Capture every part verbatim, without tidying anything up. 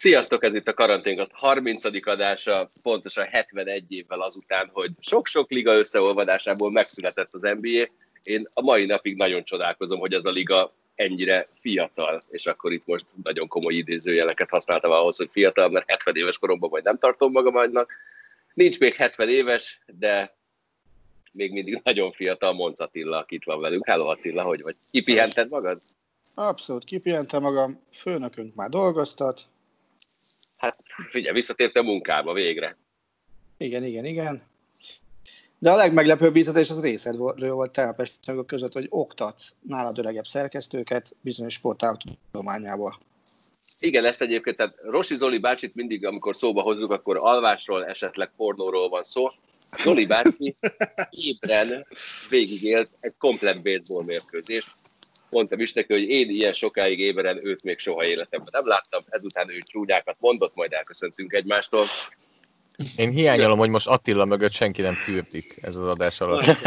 Sziasztok, ez itt a Karanténkast harmincadik adása, pontosan hetvenegy évvel azután, hogy sok-sok liga összeolvadásából megszületett az en bé á. Én a mai napig nagyon csodálkozom, hogy ez a liga ennyire fiatal, és akkor itt most nagyon komoly idézőjeleket használtam ahhoz, hogy fiatal, mert hetven éves koromban majd nem tartom magam annak. Nincs még hetven éves, de még mindig nagyon fiatal Monc Attila, aki itt van velünk. Hello Attila, hogy vagy? Kipihented magad? Abszolút kipihentem magam, főnökünk már dolgoztat. Hát figyelj, visszatérte a munkába végre. Igen, igen, igen. De a legmeglepőbb bíztatás az részedről volt tegnap este között, hogy oktatsz nálad öregebb szerkesztőket bizonyos sportágok tudományából. Igen, ezt egyébként, tehát Rossi Zoli bácsit mindig, amikor szóba hozzuk, akkor alvásról, esetleg pornóról van szó. Zoli bácsi ébren végigélt egy komplett baseball mérkőzést. Mondtam is neki, hogy én ilyen sokáig éberen őt még soha életemben nem láttam, ezután ő csúnyákat mondott, majd elköszöntünk egymástól. Én hiányolom, hogy most Attila mögött senki nem fürdik ez az adás alatt.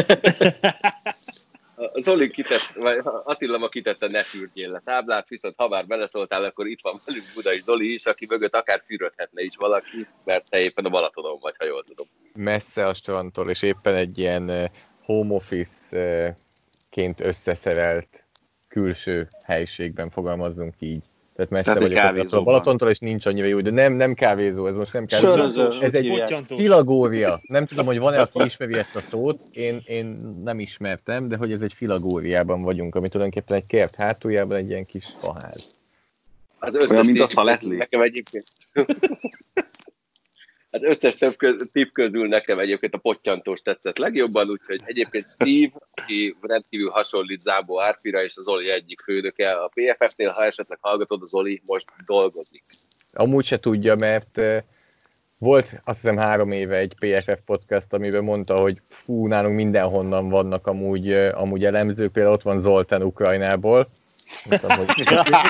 Zoli kitett, vagy Attila ma kitette, ne fürdjél le táblát, viszont ha már beleszóltál, akkor itt van velünk Budai Zoli is, aki mögött akár fürödhetne is valaki, mert te éppen a Balatonon vagy, ha jól tudom. Messze a strandtól, és éppen egy ilyen home office-ként összeszerelt külső helyiségben fogalmazzunk így. Tehát messze Tehát vagyok a Balatontól, és nincs annyira jó, de nem, nem kávézó, ez most nem kávézó. Söröző, ez egy filagória. Nem tudom, hogy van-e, aki ismeri ezt a szót, én, én nem ismertem, de hogy ez egy filagóriában vagyunk, ami tulajdonképpen egy kert hátuljában egy ilyen kis faház. Az összes olyan, mint a szaletli. Nekem egyébként... Az összes tipp közül nekem egyébként a pottyantós tetszett legjobban, úgyhogy egyébként Steve, aki rendkívül hasonlít Zámbó Árpira, és az Zoli egyik főnöke a pé ef ef-nél, ha esetleg hallgatod, az Zoli most dolgozik. Amúgy se tudja, mert volt azt hiszem három éve egy pé ef ef podcast, amiben mondta, hogy fú, nálunk mindenhonnan vannak amúgy, amúgy elemzők, például ott van Zoltán Ukrajnából. Mondtam, hogy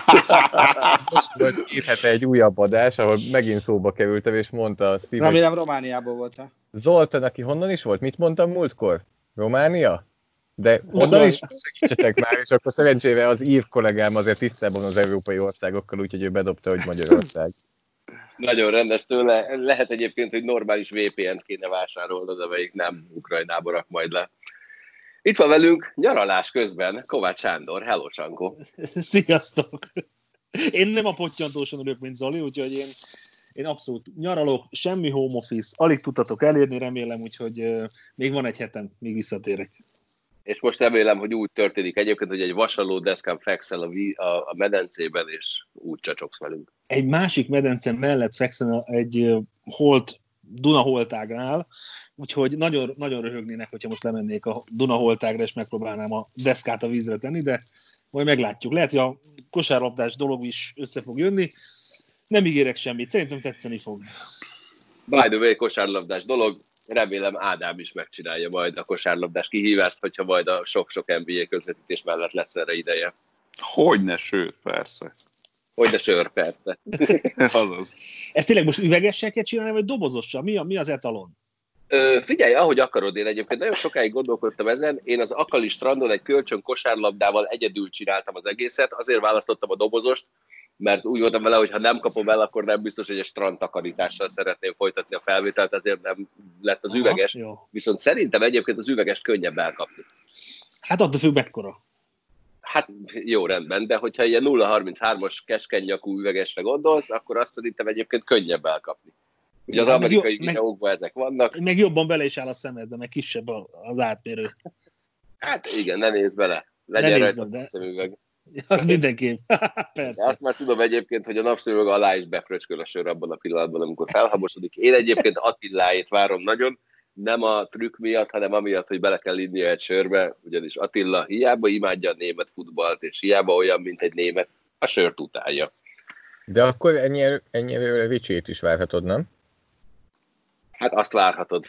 most volt két hete egy újabb adás, ahol megint szóba kerültem, és mondta a Steve, remélem Romániából volt-e? Zoltán, aki honnan is volt? Mit mondtam múltkor? Románia? De honnan is? Segítsetek már, és akkor szerencsére az ír kollégám azért tisztában az európai országokkal, úgyhogy ő bedobta, hogy Magyarország. Nagyon rendes tőle. Lehet egyébként, hogy normális vé pé en-t kéne vásárolnod, amelyik nem Ukrajnába rak majd le. Itt van velünk nyaralás közben Kovács Sándor. Hello, Sankó! Sziasztok! Én nem a pottyantóson ülök, mint Zoli, úgyhogy én, én abszolút nyaralok, semmi home office, alig tudtatok elérni, remélem, úgyhogy uh, még van egy hetem, még visszatérek. És most remélem, hogy úgy történik egyébként, hogy egy vasaló deszkán fekszel a, a, a medencében, és úgy csacsogsz velünk. Egy másik medence mellett fekszel egy uh, holt, Duna holtágnál, úgyhogy nagyon, nagyon röhögnének, hogyha most lemennék a Duna holtágra, és megpróbálnám a deszkát a vízre tenni, de majd meglátjuk. Lehet, hogy a kosárlabdás dolog is össze fog jönni. Nem ígérek semmit, szerintem tetszeni fog. By the way, kosárlabdás dolog, remélem Ádám is megcsinálja majd a kosárlabdás kihívást, hogyha majd a sok-sok en bé á közvetítés mellett lesz erre ideje. Hogyne, sőt, persze. Hogy de sör, persze. Azaz. Ezt tényleg most üvegessel kell csinálni, vagy dobozossal? Mi, a, mi az etalon? Ö, figyelj, ahogy akarod, én egyébként nagyon sokáig gondolkodtam ezen. Én az Akali strandon egy kölcsön kosárlabdával egyedül csináltam az egészet, azért választottam a dobozost, mert úgy voltam vele, hogy ha nem kapom el, akkor nem biztos, hogy egy strandtakarítással szeretném folytatni a felvételt, ezért nem lett az Aha, üveges. Jó. Viszont szerintem egyébként az üvegest könnyebb elkapni. Hát attól függ mekkora. Hát jó, rendben, de hogyha ilyen nulla harminchárom-as keskeny nyakú üvegesre gondolsz, akkor azt szerintem egyébként könnyebb elkapni. Ugye az amerikai videókban ezek vannak. Meg jobban bele is áll a szemedbe, meg kisebb az átmérő. Hát igen, ne nézz bele. Legyen rajta a szemüveg. Az mindenképp. Persze. De azt már tudom egyébként, hogy a napszemüveg alá is befröcsköl a sör abban a pillanatban, amikor felhabosodik. Én egyébként Attiláét várom nagyon, nem a trükk miatt, hanem amiatt, hogy bele kell innia egy sörbe, ugyanis Attila hiába imádja a német futballt, és hiába olyan, mint egy német, a sört utálja. De akkor ennyire, ennyire Ricsét is várhatod, nem? Hát azt várhatod.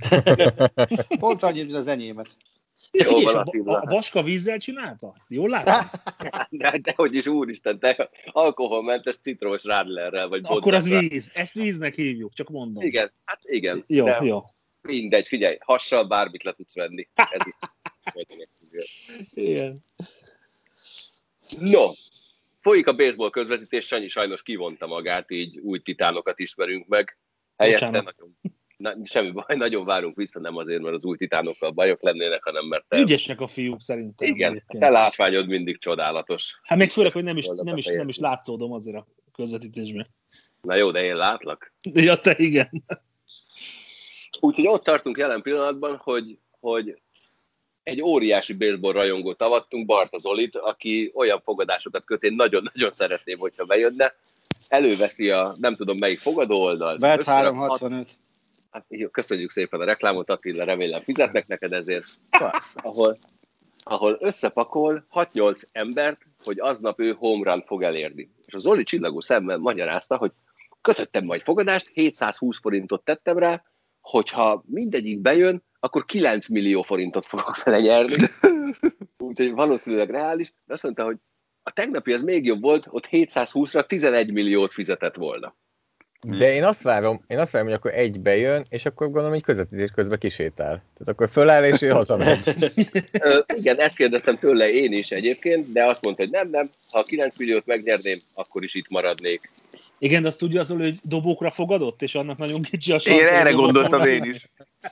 Pont annyit, mint az enyémet. De figyelj, a, a, a Vaska vízzel csinálta? Jól láttam? De, dehogy is, úristen, de alkoholmentes citromos rádlerrel, vagy akkor az víz, ezt víznek hívjuk, csak mondom. Igen, hát igen. Jó, jó. Mindegy, figyelj, hassal bármit le tudsz venni. Ez is. Igen. Igen. No, folyik a baseball közvetítés, Sanyi sajnos kivonta magát, így új titánokat ismerünk meg. Helyette nagyon, na, semmi baj, nagyon várunk vissza, nem azért, mert az új titánokkal bajok lennének, hanem mert te... Ügyesek a fiúk szerintem. Igen, te látványod mindig csodálatos. Hát még főleg, hogy nem is, nem is, nem is látszódom azért a közvetítésben. Na jó, de én látlak. Ja, te igen. Úgyhogy ott tartunk jelen pillanatban, hogy, hogy egy óriási baseball rajongót avattunk, Barta Zolit, aki olyan fogadásokat köt, én nagyon-nagyon szeretném, hogyha bejönne. Előveszi a, nem tudom melyik fogadó oldalt. Bet háromszázhatvanöt. Hát, jó, köszönjük szépen a reklámot, Attila, remélem fizetnek neked ezért. Ahol, ahol összepakol hat-nyolc embert, hogy aznap ő home run fog elérni. És a Zoli csillagó szemmel magyarázta, hogy kötöttem majd fogadást, hétszázhúsz forintot tettem rá, hogyha mindegyik bejön, akkor kilenc millió forintot fogok vele nyerni. Úgyhogy valószínűleg reális. De azt mondta, hogy a tegnapi ez még jobb volt, ott hétszázhúszra tizenegy milliót fizetett volna. De én azt várom, én azt várom, hogy akkor egy bejön, és akkor gondolom, hogy közvetítés közben kisétál. Tehát akkor föláll, és ő hazamegy. Igen, ezt kérdeztem tőle én is egyébként, de azt mondta, hogy nem, nem, ha kilenc milliót megnyerném, akkor is itt maradnék. Igen, de azt tudja azon, hogy dobókra fogadott, és annak nagyon kicsi a szansz. Én erre gondoltam én is.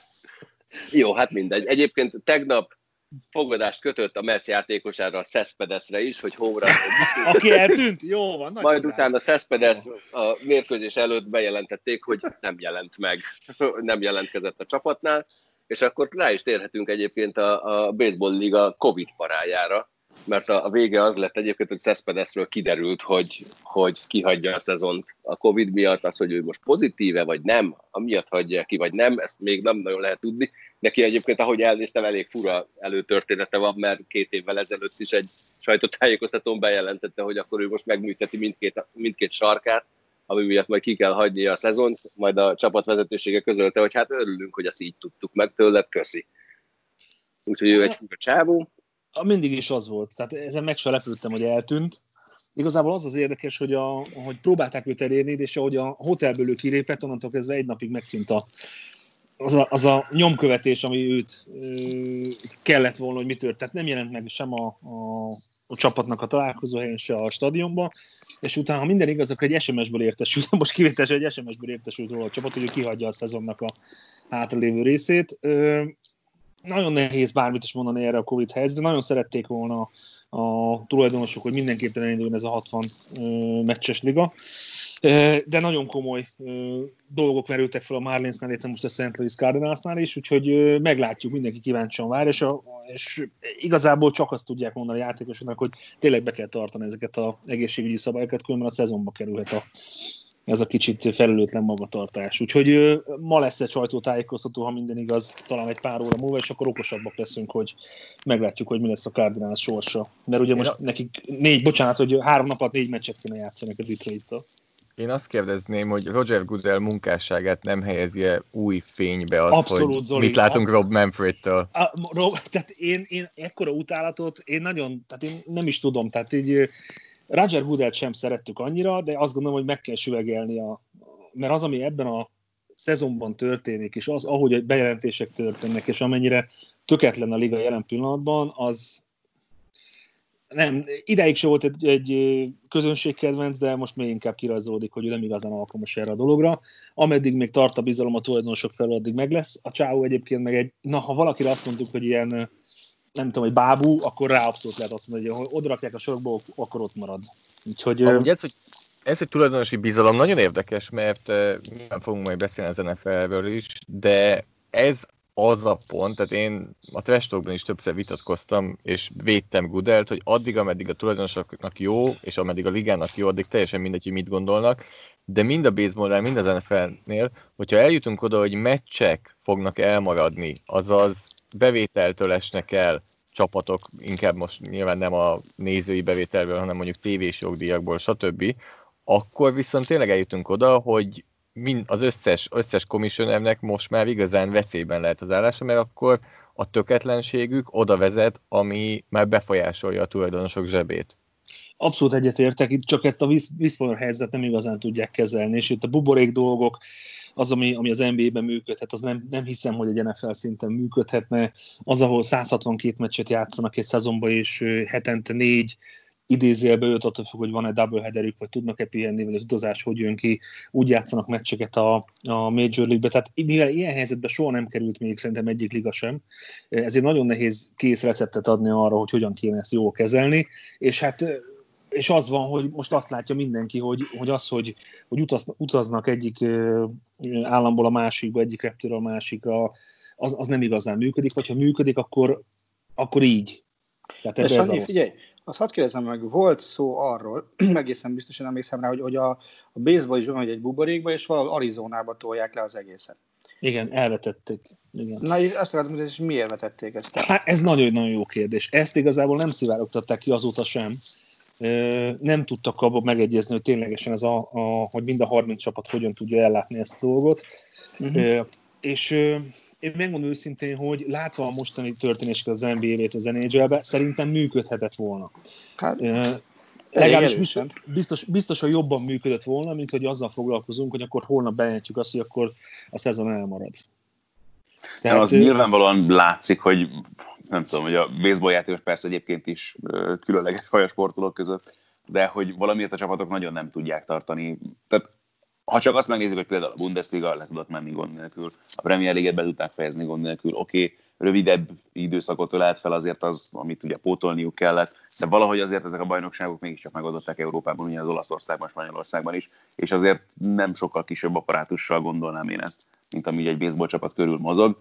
Jó, hát mindegy. Egyébként tegnap fogadást kötött a Mets játékosára, a Cespedes-re is, hogy home run. Aki eltűnt? Jó van. Majd tudán. Utána a Cespedes a mérkőzés előtt bejelentették, hogy nem jelent meg, nem jelentkezett a csapatnál, és akkor rá is térhetünk egyébként a, a Baseball Liga Covid parájára, mert a, a vége az lett egyébként, hogy Cespedesről kiderült, hogy, hogy kihagyja a szezont a Covid miatt, az, hogy ő most pozitíve, vagy nem, amiatt hagyja ki, vagy nem, ezt még nem nagyon lehet tudni. Neki egyébként, ahogy elnéztem, elég fura előtörténete van, mert két évvel ezelőtt is egy sajtótájékoztatón bejelentette, hogy akkor ő most megműteti mindkét, mindkét sarkát, ami miatt majd ki kell hagynia a szezont, majd a csapatvezetősége közölte, hogy hát örülünk, hogy ezt így tudtuk meg tőled, köszi. Úgyhogy ő egy fura csávó. Mindig is az volt. Tehát ezen meg sem lepődtem, hogy eltűnt. Igazából az az érdekes, hogy, a, hogy próbálták őt elérni, és ahogy a hotelből ő kilépett, onnantól kezdve egy napig megszűnt a, az, a, az a nyomkövetés, ami őt ö, kellett volna, hogy mi tört. Tehát nem jelent meg sem a, a, a csapatnak a találkozóhelyen, se a stadionban, és utána, ha minden igaz, akkor egy es em es-ből értesült, most kivételesen egy es em es-ből értesült róla a csapat, hogy ő kihagyja a szezonnak a hátralévő részét. Ö, Nagyon nehéz bármit is mondani erre a Covid helyzet, de nagyon szerették volna a tulajdonosok, hogy mindenképpen elinduljon ez a hatvan ö, meccses liga. De nagyon komoly ö, dolgok merültek fel a Marlinsnál, illetve most a Saint Louis Cardinalsnál is, úgyhogy ö, meglátjuk, mindenki kíváncsian vár, és, a, és igazából csak azt tudják mondani a játékosoknak, hogy tényleg be kell tartani ezeket az egészségügyi szabályokat, különben a szezonba kerülhet a ez a kicsit felelőtlen magatartás. Úgyhogy ö, ma lesz egy sajtótájékoztató, ha minden igaz, talán egy pár óra múlva, és akkor okosabbak leszünk, hogy meglátjuk, hogy mi lesz a Cardinals sorsa. Mert ugye most a... nekik négy, bocsánat, hogy három nap alatt négy meccset kéne játszani a Detroit-tal. Én azt kérdezném, hogy Roger Goodell munkásságát nem helyezi új fénybe az, Abszolút, hogy Zoli, mit látunk a... Rob Manfredtől. A, Rob, tehát én, én ekkora utálatot, én nagyon, tehát én nem is tudom, tehát így Roger Goodellt sem szerettük annyira, de azt gondolom, hogy meg kell süvegelni, a, mert az, ami ebben a szezonban történik, és az, ahogy a bejelentések történnek, és amennyire tökéletlen a liga jelen pillanatban, az nem, ideig sem volt egy, egy közönségkedvenc, de most még inkább kirajzolódik, hogy ő nem igazán alkalmas erre a dologra. Ameddig még tart a bizalom a tulajdonosok felől, addig meg lesz. A Csáó egyébként meg egy, na ha valakire azt mondtuk, hogy ilyen, nem tudom, hogy bábú, akkor rá abszolút lehet azt mondani, hogy oda rakják a sorokba, akkor ott marad. Úgyhogy... Amúgy ez, hogy, ez, hogy tulajdonosi bizalom nagyon érdekes, mert uh, nyilván fogunk majd beszélni az en ef el-ről is, de ez az a pont, tehát én a Trash Talkban is többször vitatkoztam, és védtem Goodellt, hogy addig, ameddig a tulajdonosoknak jó, és ameddig a ligának jó, addig teljesen mindegy, hogy mit gondolnak, de mind a baseballnál, mind az en ef el-nél, hogyha eljutunk oda, hogy meccsek fognak elmaradni, azaz bevételtől esnek el csapatok, inkább most nyilván nem a nézői bevételből, hanem mondjuk tévés jogdíjakból, stb., akkor viszont tényleg eljutunk oda, hogy az összes, összes commissionernek most már igazán veszélyben lehet az állása, mert akkor a töketlenségük oda vezet, ami már befolyásolja a tulajdonosok zsebét. Abszolút egyetértek, itt csak ezt a whistleblower helyzet nem igazán tudják kezelni, és itt a buborék dolgok, az, ami, ami az en bé á-ben működhet, az nem, nem hiszem, hogy egy en ef el szinten működhetne. Az, ahol száz hatvankét meccset játszanak egy szezonban, és hetente négy idézőjelbe jött, attól függ, hogy van-e doubleheaderük, vagy tudnak-e pihenni, vagy az utazás hogy jön ki, úgy játszanak meccseket a, a Major League-be. Tehát mivel ilyen helyzetben soha nem került még szerintem egyik liga sem, ezért nagyon nehéz kész receptet adni arra, hogy hogyan kéne ezt jól kezelni, és hát és az van, hogy most azt látja mindenki, hogy, hogy az, hogy, hogy utaz, utaznak egyik államból a másikba, egyik reptérről a másikra, az, az nem igazán működik, vagy ha működik, akkor, akkor így. Tehát és Sanyi, figyelj, azt hadd kérdezem meg, volt szó arról, egészen biztosan emlékszem rá, hogy, hogy a, a baseball is bemegy egy buborékba, és valahol Arizonába tolják le az egészet. Igen, elvetették. Igen. Na, és azt akartam, hogy miért vetették ezt el? Hát ez nagyon-nagyon jó kérdés. Ezt igazából nem szivárogtatták ki azóta sem. Nem tudtak abban megegyezni, hogy ténylegesen ez a, a, hogy mind a harminc csapat hogyan tudja ellátni ezt a dolgot. Uh-huh. És én megmondom őszintén, hogy látva a mostani történéseket az en bé á-t az en há el-be, szerintem működhetett volna. Hát, legalábbis biztos, biztos, biztos, hogy jobban működött volna, mint hogy azzal foglalkozunk, hogy akkor holnap bejelentjük azt, hogy akkor a szezon elmarad. Tehát, az ő... nyilvánvalóan látszik, hogy nem tudom, hogy a baseball játékos persze egyébként is különleges faj a sportolók között, de hogy valamiért a csapatok nagyon nem tudják tartani. Tehát ha csak azt megnézzük, hogy például a Bundesliga le tudott menni gond nélkül, a Premier League-et be tudták fejezni gond nélkül, oké, okay, rövidebb időszakot ölelt fel azért az, amit ugye pótolniuk kellett, de valahogy azért ezek a bajnokságok mégiscsak megoldották Európában, ugye az Olaszországban, Spanyolországban is, és azért nem sokkal kisebb apparátussal gondolnám én ezt, mint ami egy baseball csapat körül mozog.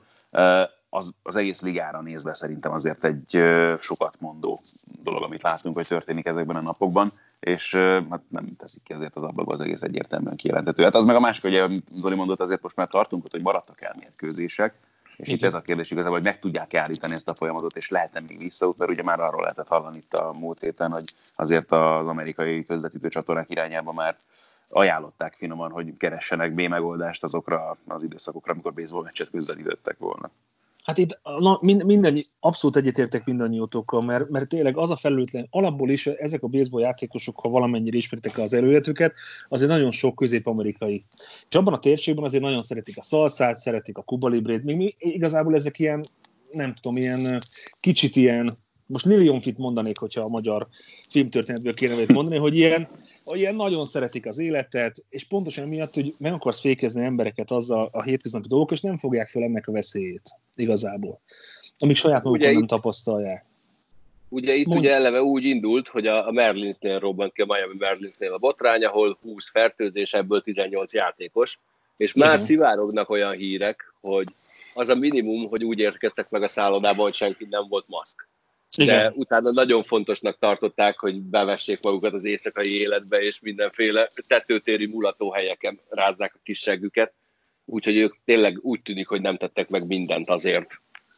Az, az egész ligára nézve szerintem azért egy sokat mondó dolog, amit látunk, hogy történik ezekben a napokban, és hát nem teszik ki azért az ablakba, az egész egyértelműen kijelentető. Hát az meg a másik, hogy Zoli mondott, azért most már tartunk ott, hogy maradtak el mérkőzések, és igen. Itt ez a kérdés igazából, hogy meg tudják állítani ezt a folyamatot, és lehet-e még visszaút, mert ugye már arról lehetett hallani itt a múlt héten, hogy azért az amerikai közvetítő csatornák irányába már ajánlották finoman, hogy keressenek B megoldást azokra az időszakokra, amikor baseball meccset közvetítettek volna. Hát itt na, minden, abszolút egyetértek mindannyiótokkal, mert, mert tényleg az a felelőtlen, alapból is ezek a baseball játékosok, ha valamennyire ismeritek az előletüket, azért nagyon sok közép-amerikai. És abban a térségben azért nagyon szeretik a szalszát, szeretik a Cuba Librét, még mi, igazából ezek ilyen, nem tudom, ilyen kicsit ilyen, most Lilionfit mondanék, hogyha a magyar filmtörténetből kéne vele mondani, hogy ilyen, hogy ilyen nagyon szeretik az életet, és pontosan miatt, hogy meg akarsz fékezni embereket azzal a hétköznapi dolgok, és nem fogják fel ennek a veszélyét igazából, amíg saját magukon nem tapasztalják. Ugye itt Mondj. ugye eleve úgy indult, hogy a, a Marlinsnél robbant ki a Miami Marlinsnél a botrány, ahol húsz fertőzés, ebből tizennyolc játékos, és már igen. Szivárognak olyan hírek, hogy az a minimum, hogy úgy érkeztek meg a szállodában, hogy senki nem volt maszk. De igen. Utána nagyon fontosnak tartották, hogy bevessék magukat az éjszakai életbe, és mindenféle tetőtéri mulatóhelyeken rázzák a kis seggüket. Úgyhogy ők tényleg úgy tűnik, hogy nem tettek meg mindent azért,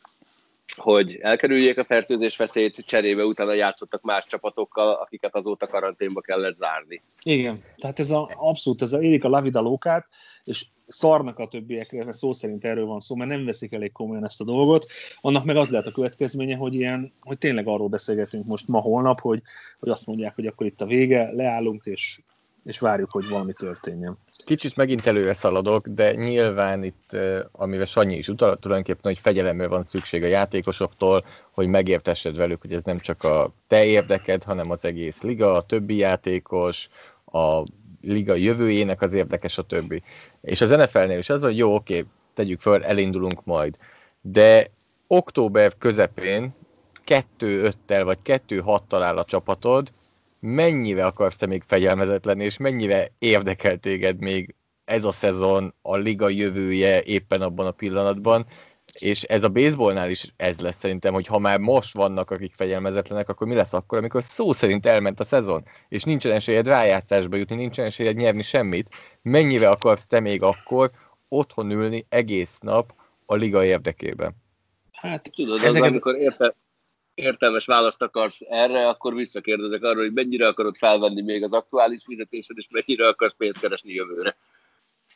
hogy elkerüljék a fertőzés veszélyt, cserébe utána játszottak más csapatokkal, akiket azóta karanténba kellett zárni. Igen, tehát ez a, abszolút, ez a, élik a la vida locát, és szarnak a többiekre, mert szó szerint erről van szó, mert nem veszik elég komolyan ezt a dolgot. Annak meg az lehet a következménye, hogy, ilyen, hogy tényleg arról beszélgetünk most ma-holnap, hogy, hogy azt mondják, hogy akkor itt a vége, leállunk, és, és várjuk, hogy valami történjen. Kicsit megint előre szaladok, de nyilván itt, amivel Sanyi is utal, tulajdonképpen, hogy fegyelemre van szükség a játékosoktól, hogy megértessed velük, hogy ez nem csak a te érdeked, hanem az egész liga, a többi játékos, a liga jövőjének az érdekes, a többi. És az en ef el-nél is az, hogy jó, oké, tegyük föl, elindulunk majd. De október közepén kettő öttel vagy kettő hattal áll a csapatod, mennyire akarsz te még fegyelmezett lenni, és mennyire érdekel téged még ez a szezon, a liga jövője éppen abban a pillanatban, és ez a baseballnál is ez lesz szerintem, hogy ha már most vannak, akik fegyelmezetlenek, akkor mi lesz akkor, amikor szó szerint elment a szezon, és nincsen esélyed rájátszásba jutni, nincsen esélyed nyerni semmit, mennyire akarsz te még akkor otthon ülni egész nap a liga érdekében? Hát tudod, ezeket... az, amikor érte... értelmes választ akarsz erre, akkor visszakérdezek arról, hogy mennyire akarod felvenni még az aktuális fizetésed, és mennyire akarsz pénzt keresni jövőre.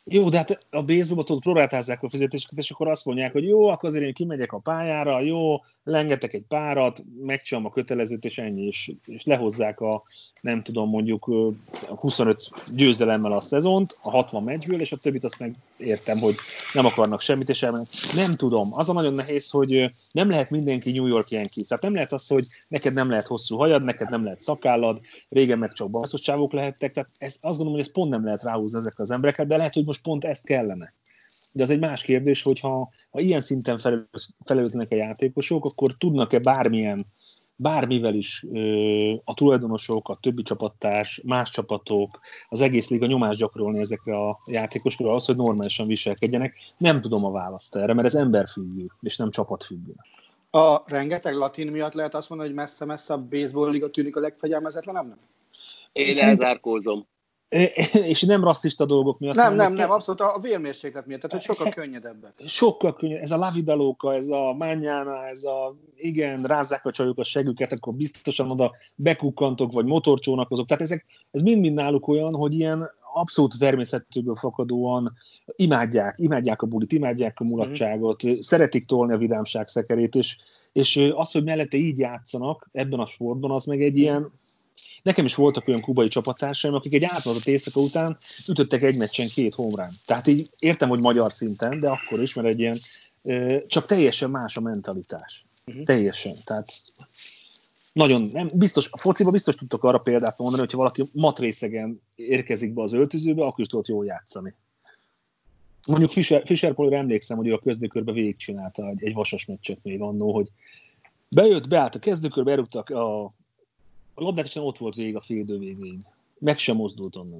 Jó, de hát a baseballban tudod, próbáltázzák a fizetéseket, és akkor azt mondják, hogy jó, akkor azért én kimegyek a pályára, jó, lengetek egy párat, megcsinálom a kötelezőt, és ennyi, és, és lehozzák a, nem tudom, mondjuk a huszonöt győzelemmel a szezont, a hatvan meccsből, és a többit azt meg értem, hogy nem akarnak semmit, és elmennek. Nem tudom, az a nagyon nehéz, hogy nem lehet mindenki New York Yankees, tehát nem lehet az, hogy neked nem lehet hosszú hajad, neked nem lehet szakállad, régen meg csak baszos csávók lehettek, tehát ezt, azt gondolom, hogy ezt pont nem lehet ráhúzni ezekre az embereket, de lehet, hogy most pont ezt kellene. De az egy más kérdés, hogy ha, ha ilyen szinten felelőtlenek a játékosok, akkor tudnak-e bármilyen, bármivel is ö, a tulajdonosok, a többi csapattárs, más csapatok, az egész liga nyomást gyakorolni ezekre a játékosokra ahhoz, hogy normálisan viselkedjenek. Nem tudom a választ erre, mert ez emberfüggő, és nem csapatfüggő. A rengeteg latin miatt lehet azt mondani, hogy messze-messze a baseball liga tűnik a legfegyelmezetlenebbnek? Én Szerint... elzárkózom. És nem rasszista dolgok miatt. Nem, nem, nem, abszolút a vérmérséklet miatt, tehát hogy sokkal könnyedebbek. Sokkal könnyebb. Ez a La Vida Loca, ez a Manana, ez a igen, rázzák a csajok a següket, akkor biztosan oda bekukkantok, vagy motorcsónakozok. Tehát ezek, ez mind-mind náluk olyan, hogy ilyen abszolút természetből fakadóan imádják, imádják a bulit, imádják a mulatságot, mm. szeretik tolni a vidámság szekerét, és, és az, hogy mellette így játszanak ebben a sportban, az meg egy ilyen. Nekem is voltak olyan kubai csapattársaim, akik egy átlagot éjszaka után ütöttek egy meccsen két homrán. Tehát így értem, hogy magyar szinten, de akkor is, mert egy ilyen, csak teljesen más a mentalitás. Uh-huh. Teljesen. Tehát nagyon, nem, biztos, a fociban biztos tudtok arra példát mondani, hogyha valaki matrészegen érkezik be az öltözőbe, akkor is tudott jól játszani. Mondjuk Fischer, Fischer Paulra emlékszem, hogy ő a kezdőkörbe végigcsinálta egy, egy vasas meccset még annó, hogy bejött, beállt a kezdőkörbe, elrúgtak a A labdát is ott volt végig a fél idő végéig. Meg sem mozdult onnan.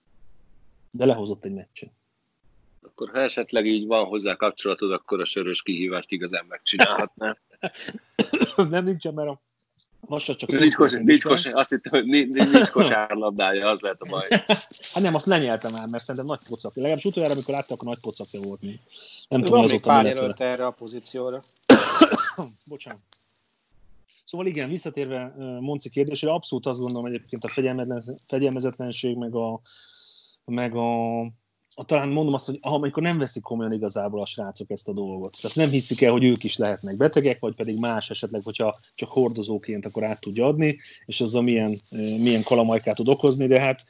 De lehozott egy meccset. Akkor ha esetleg így van hozzá kapcsolatod, akkor a sörös kihívást igazán megcsinálhatná. Nem, nincsen, mert a vasat csak... Nincs, kos, nincs, kos, azt hittem, hogy nincs, nincs kosárlabdája, az lehet a baj. Hát nem, azt lenyeltem már, mert szerintem nagy pocak. Legalábbis utoljára, amikor láttam, akkor nagy pocakja volt még. Nem tudom, tudom, még pár jelölt erre a pozícióra. Bocsánat. Szóval igen, visszatérve Monci kérdésére, abszolút azt gondolom egyébként a fegyelmezetlenség, meg a, meg a, a talán mondom azt, hogy amikor nem veszik komolyan igazából a srácok ezt a dolgot. Tehát nem hiszik el, hogy ők is lehetnek betegek, vagy pedig más esetleg, hogyha csak hordozóként akkor át tudja adni, és azzal milyen, milyen kalamajkát tud okozni, de hát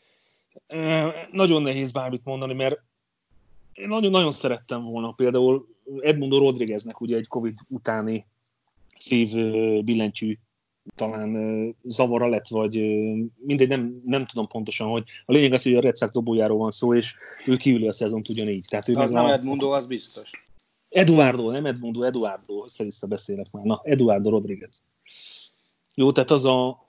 nagyon nehéz bármit mondani, mert én nagyon-nagyon szerettem volna például Edmundo Rodrigueznek ugye egy Covid utáni szív billentyű talán zavara lett, vagy mindegy, nem, nem tudom pontosan, hogy a lényeg az, hogy a Red Sox dobójáról van szó, és ő kiüli a szezont ugyanígy. Tehát ő az nem a... Edmundo, az biztos. Eduardo, nem Edmundo, Eduardo, össze-vissza beszélek már. Na, Eduardo Rodriguez. Jó, tehát az a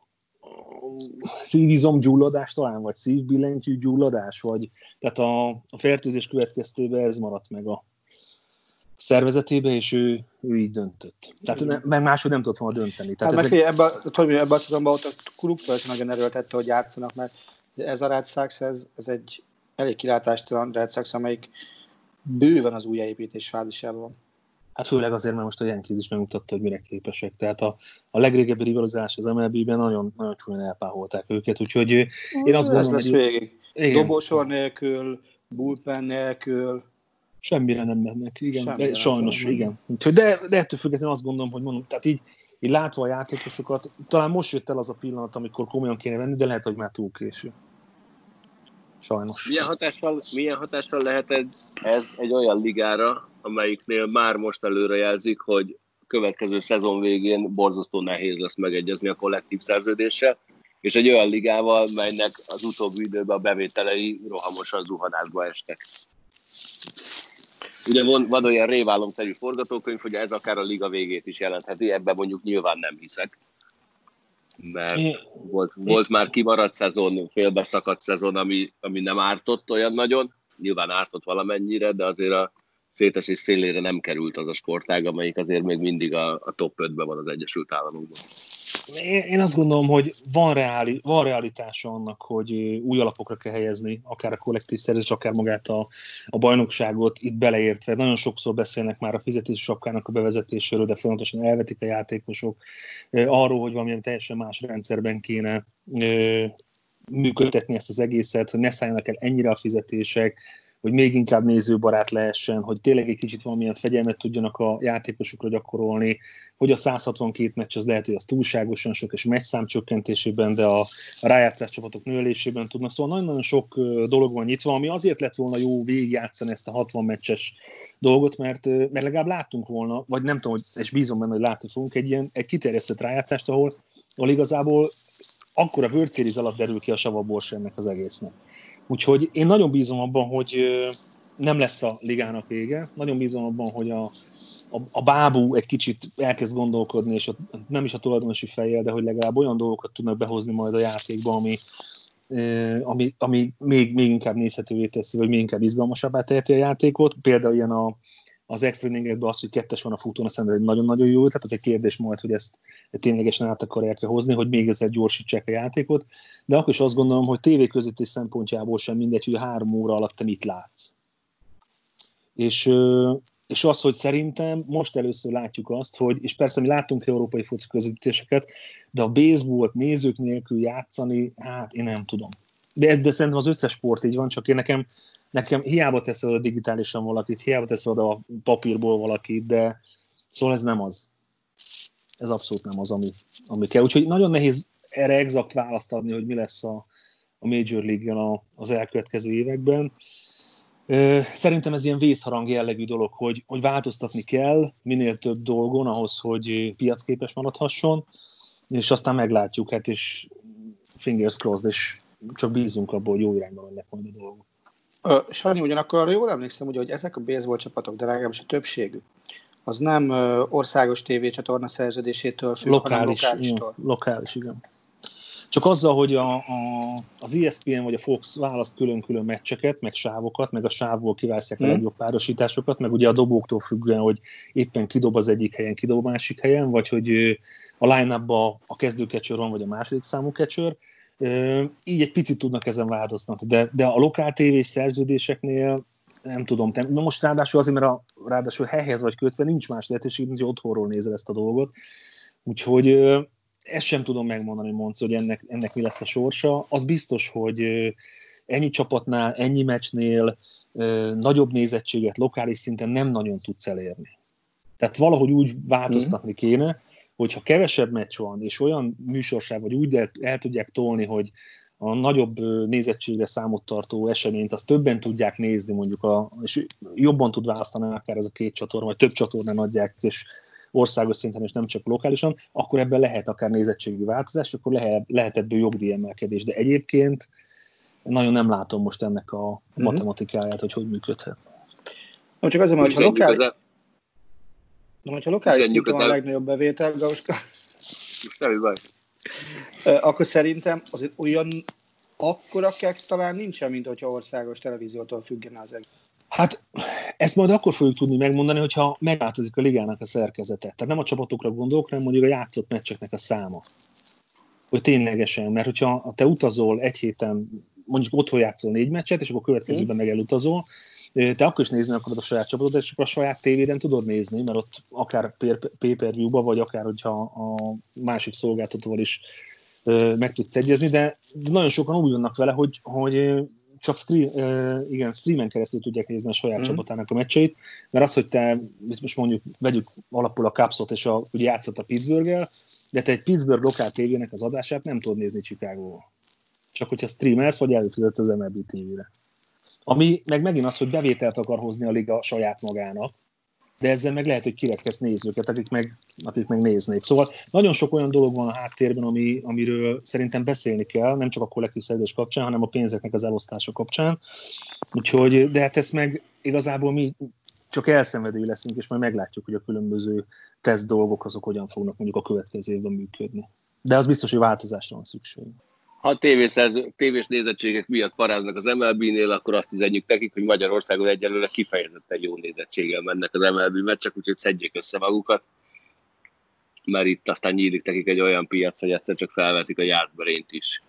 szívizom gyulladás talán, vagy szívbillentyű gyulladás, vagy tehát a, a fertőzés következtében ez maradt meg a szervezetébe, és ő, ő így döntött. Tehát ne, mert máshogy nem tudott volna dönteni. Tehát hát ez meg egy... ebben ebbe a szezonban ott a klub nagyon erőltette, hogy játszanak, mert ez a Red Sox, ez, ez egy elég kilátástalan Red Sox, amelyik bőven az újjáépítés fázisában van. Hát főleg azért, mert most a Yankees is megmutatta, hogy mire képesek. Tehát a, a legrégebbi rivalizás az em el bé-ben nagyon, nagyon csúnyán elpáholták őket, úgyhogy én azt ez gondolom, lesz hogy... végig. Dobósor nélkül, bullpen nélkül, semmire nem mennek, igen. Semmire Sajnos, nem igen. De, de ettől függetlenül azt gondolom, hogy mondom, tehát így, így látva a játékosokat, talán most jött el az a pillanat, amikor komolyan kéne venni, de lehet, hogy már túl késő. Sajnos. Milyen hatással, milyen hatással lehet ez egy olyan ligára, amelyiknél már most előrejelzik, hogy következő szezon végén borzasztó nehéz lesz megegyezni a kollektív szerződéssel, és egy olyan ligával, melynek az utóbbi időben a bevételei rohamosan zuhanásba estek. Ugye van, van olyan réválomszerű forgatókönyv, hogy ez akár a liga végét is jelentheti, ebben mondjuk nyilván nem hiszek. Mert é, volt, é. volt már kimaradt szezon, félbeszakadt szezon, ami, ami nem ártott olyan nagyon, nyilván ártott valamennyire, de azért a szétesés szélére nem került az a sportág, amelyik azért még mindig a, a top ötben van az Egyesült Államokban. Én azt gondolom, hogy van, reáli, van realitása annak, hogy új alapokra kell helyezni, akár a kollektív szerződés, akár magát a, a bajnokságot itt beleértve. Nagyon sokszor beszélnek már a fizetési sapkának a bevezetéséről, de folyamatosan elvetik a játékosok arról, hogy valamilyen teljesen más rendszerben kéne működtetni ezt az egészet, hogy ne szálljanak el ennyire a fizetések, hogy még inkább nézőbarát lehessen, hogy tényleg egy kicsit valamilyen fegyelmet tudjanak a játékosokra gyakorolni, hogy a száz hatvankét meccs az lehet, hogy az túlságosan sok, és meccszám csökkentésében, de a, a rájátszás csapatok növelésében tudnak. Szóval nagyon-nagyon sok dolog van nyitva, ami azért lett volna jó végigjátszani ezt a hatvan meccses dolgot, mert, mert legalább láttunk volna, vagy nem tudom, hogy, és bízom benne, hogy látni fogunk egy ilyen egy kiterjesztett rájátszást, ahol, ahol igazából akkor a World Series alatt derül ki a savaborsa ennek az egésznek. Úgyhogy én nagyon bízom abban, hogy nem lesz a ligának vége, nagyon bízom abban, hogy a, a, a bábú egy kicsit elkezd gondolkodni, és a, nem is a tulajdonosi fejjel, de hogy legalább olyan dolgokat tudnak behozni majd a játékba, ami, ami, ami még, még inkább nézhetővé teszi, vagy még inkább izgalmasabbá teheti a játékot. Például ilyen a az extra inningekben az, hogy kettes van a futón, azt szerintem egy nagyon-nagyon jó, tehát ez egy kérdés majd, hogy ezt ténylegesen át akarják hozni, hogy még ezzel gyorsítsák a játékot, de akkor is azt gondolom, hogy tévéközvetítés szempontjából sem mindegy, hogy a három óra alatt te mit látsz. És, és az, hogy szerintem most először látjuk azt, hogy, és persze mi láttunk európai foci közvetítéseket, de a baseballt nézők nélkül játszani, hát én nem tudom. De, de szerintem az összes sport így van, csak én nekem Nekem hiába tesz oda digitálisan valakit, hiába tesz oda a papírból valakit, de szóval ez nem az. Ez abszolút nem az, ami, ami kell. Úgyhogy nagyon nehéz erre exakt választ adni, hogy mi lesz a, a Major League-en az elkövetkező években. Szerintem ez ilyen vészharang jellegű dolog, hogy, hogy változtatni kell minél több dolgon ahhoz, hogy piacképes maradhasson, és aztán meglátjuk, hát és fingers crossed, és csak bízunk abból, hogy jó irányba mennek majd a dolgok. Sanyi, ugyanakkor arra jól emlékszem, ugye, hogy ezek a baseball csapatok, de legalábbis a többségük, az nem ö, országos tévécsatorna szerződésétől függ, lokális, hanem lokálistól. Igen, lokális, igen. Csak azzal, hogy a, a, az E S P N vagy a Fox választ külön-külön meccseket, meg sávokat, meg a sávból kiválasztják hmm. a legjobb párosításokat, meg ugye a dobóktól függően, hogy éppen kidob az egyik helyen, kidob a másik helyen, vagy hogy a line-upban a kezdő catcher van, vagy a második számú catcher. Így egy picit tudnak ezen változtatni, de, de a lokál tévés szerződéseknél nem tudom, te, most ráadásul azért, mert a, ráadásul helyhez vagy kötve, nincs más lehetőség, mint hogy otthonról nézel ezt a dolgot. Úgyhogy ezt sem tudom megmondani, Monci, hogy ennek, ennek mi lesz a sorsa. Az biztos, hogy ennyi csapatnál, ennyi meccsnél nagyobb nézettséget lokális szinten nem nagyon tudsz elérni. Tehát valahogy úgy változtatni kéne, hogyha kevesebb meccs van, és olyan műsorság, vagy úgy el, el tudják tolni, hogy a nagyobb nézettségre számot tartó eseményt, azt többen tudják nézni, mondjuk, a, és jobban tud választani akár ez a két csatorna, vagy több csatornán adják, és országos szinten, és nem csak lokálisan, akkor ebben lehet akár nézettségi változás, akkor lehet, lehet ebből jogdíjemelkedés. De egyébként nagyon nem látom most ennek a mm-hmm. matematikáját, hogy hogy működhet. No, csak azért, hogy ha lokális... Na, hogyha lokális szinten van a legnagyobb bevétel, Gauska, akkor szerintem azért olyan akkora keksz talán nincsen, mint hogyha országos televíziótól függene az egész. Hát ezt majd akkor fogjuk tudni megmondani, hogyha megváltozik a ligának a szerkezete. Tehát nem a csapatokra gondolok, hanem mondjuk a játszott meccseknek a száma. Hogy ténylegesen, mert hogyha te utazol egy héten, mondjuk otthon játszol négy meccset, és akkor a következőben meg elutazol, te akkor is nézni akarod a saját csapatod, és akkor a saját tévéden tudod nézni, mert ott akár pay-per-view-ba, vagy akár hogyha a másik szolgáltatóval is meg tudsz egyezni, de nagyon sokan úgy vannak vele, hogy, hogy csak screen, igen, streamen keresztül tudják nézni a saját mm. csapatának a meccseit, mert az, hogy te, most mondjuk vegyük alapul a Cubsot, és a, ugye játszott a Pittsburgh-el, de te egy Pittsburgh lokál tévének az adását nem tudod nézni Chicagóval. Csak hogyha streamelsz, vagy előfizetsz az em el bé té vére. Ami meg megint az, hogy bevételt akar hozni a liga saját magának, de ezzel meg lehet, hogy kirekesz nézőket, akik meg, akik meg néznék. Szóval nagyon sok olyan dolog van a háttérben, ami, amiről szerintem beszélni kell, nem csak a kollektív szerződés kapcsán, hanem a pénzeknek az elosztása kapcsán. Úgyhogy, de hát ezt meg igazából mi csak elszenvedői leszünk, és majd meglátjuk, hogy a különböző teszt dolgok azok hogyan fognak mondjuk a következő évben működni. De az biztos, hogy változásra van szükség. Ha a tévészerző, tévés nézettségek miatt paráznak az em el bé-nél, akkor azt üzenjük nekik, hogy Magyarországon egyelőre kifejezetten jó nézettséggel mennek az em el bé meccsek, úgyhogy szedjék össze magukat, mert itt aztán nyílik nekik egy olyan piac, hogy egyszer csak felvetik a jászberényt is.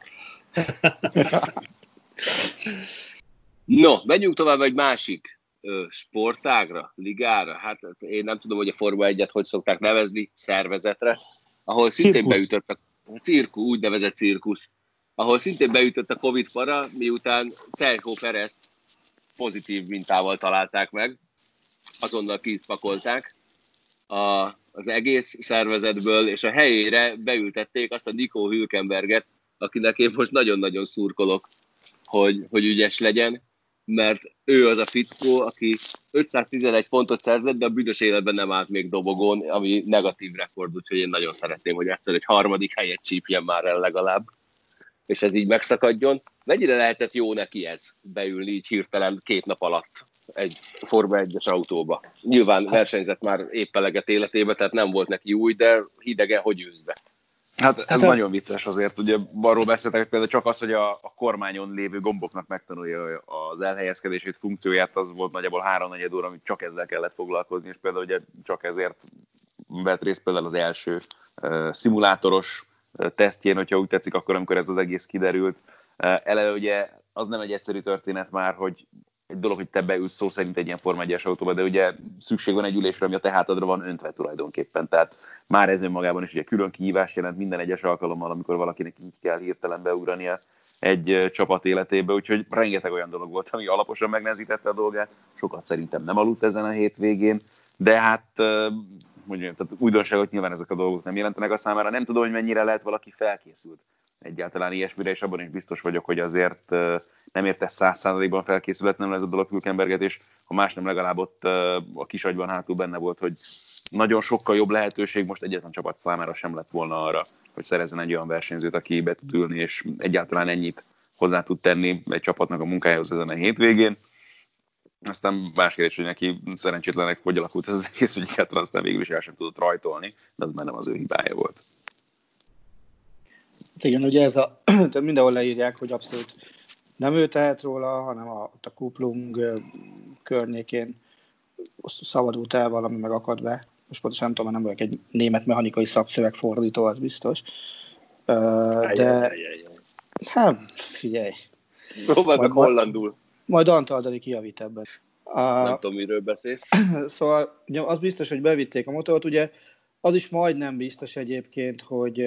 No, menjünk tovább egy másik ö, sportágra, ligára. Hát én nem tudom, hogy a Forma egyet hogy szokták nevezni, szervezetre, ahol szintén beütött a cirku, úgynevezett cirkusz, ahol szintén beütött a Covid para, miután Sergio Perez pozitív mintával találták meg, azonnal kipakolták a, az egész szervezetből, és a helyére beültették azt a Nico Hülkenberget, akinek én most nagyon-nagyon szurkolok, hogy, hogy ügyes legyen, mert ő az a fickó, aki ötszáztizenegy pontot szerzett, de a büdös életben nem állt még dobogón, ami negatív rekord, úgyhogy én nagyon szeretném, hogy egyszer egy harmadik helyet csípjen már el legalább, és ez így megszakadjon. Mennyire lehetett jó neki ez, beülni így hirtelen két nap alatt egy Forma egyes autóba? Nyilván versenyzett már épp eleget életébe, tehát nem volt neki új, de hidege, hogy űz be. Hát ez hát nagyon vicces azért, ugye arról beszéltek, hogy például csak az, hogy a, a kormányon lévő gomboknak megtanulja az elhelyezkedését, funkcióját, az volt nagyjából háromnegyed óra, amit csak ezzel kellett foglalkozni, és például ugye csak ezért vett részt például az első uh, szimulátoros uh, tesztjén, hogyha úgy tetszik, akkor amikor ez az egész kiderült. Uh, eleve ugye az nem egy egyszerű történet már, hogy egy dolog, hogy te beülsz szó szerint egy ilyen Forma egyes autóba, de ugye szükség van egy ülésre, ami a te hátadra van öntve tulajdonképpen. Tehát már ez önmagában is ugye külön kihívást jelent minden egyes alkalommal, amikor valakinek így kell hirtelen beugrania egy csapat életébe, úgyhogy rengeteg olyan dolog volt, ami alaposan megnehezítette a dolgát. Sokat szerintem nem aludt ezen a hétvégén, de hát mondjuk, tehát újdonságot nyilván ezek a dolgok nem jelentenek a számára. Nem tudom, hogy mennyire lehet valaki felkészült egyáltalán ilyesmire, és abban is biztos vagyok, hogy azért nem érte száz százalékban felkészületlenül ez a dolog Hülkenberget, és ha más nem, legalább ott a kisagyban hátul benne volt, hogy nagyon sokkal jobb lehetőség most egyetlen csapat számára sem lett volna arra, hogy szerezzen egy olyan versenyzőt, aki be tud ülni, és egyáltalán ennyit hozzá tud tenni egy csapatnak a munkájához ezen a hétvégén. Aztán más kérdés, hogy neki szerencsétlenek hogy alakult ez az egész, hogy egyáltalán aztán végül is el sem tudott rajtolni, de az már nem az ő hibája volt. Igen, ugye ez a, mindenhol leírják, hogy abszolút nem ő tehet róla, hanem a, a Kuplung környékén szabadult el valami, meg akad be. Most pontosan nem tudom, nem vagyok egy német mechanikai szakszövegfordító, az biztos. De hát figyelj. Próbáltak hollandul. Majd Antal Dani kijavít ebben. A, nem tudom, miről beszélsz. Szóval az biztos, hogy bevitték a motort, ugye az is majdnem biztos egyébként, hogy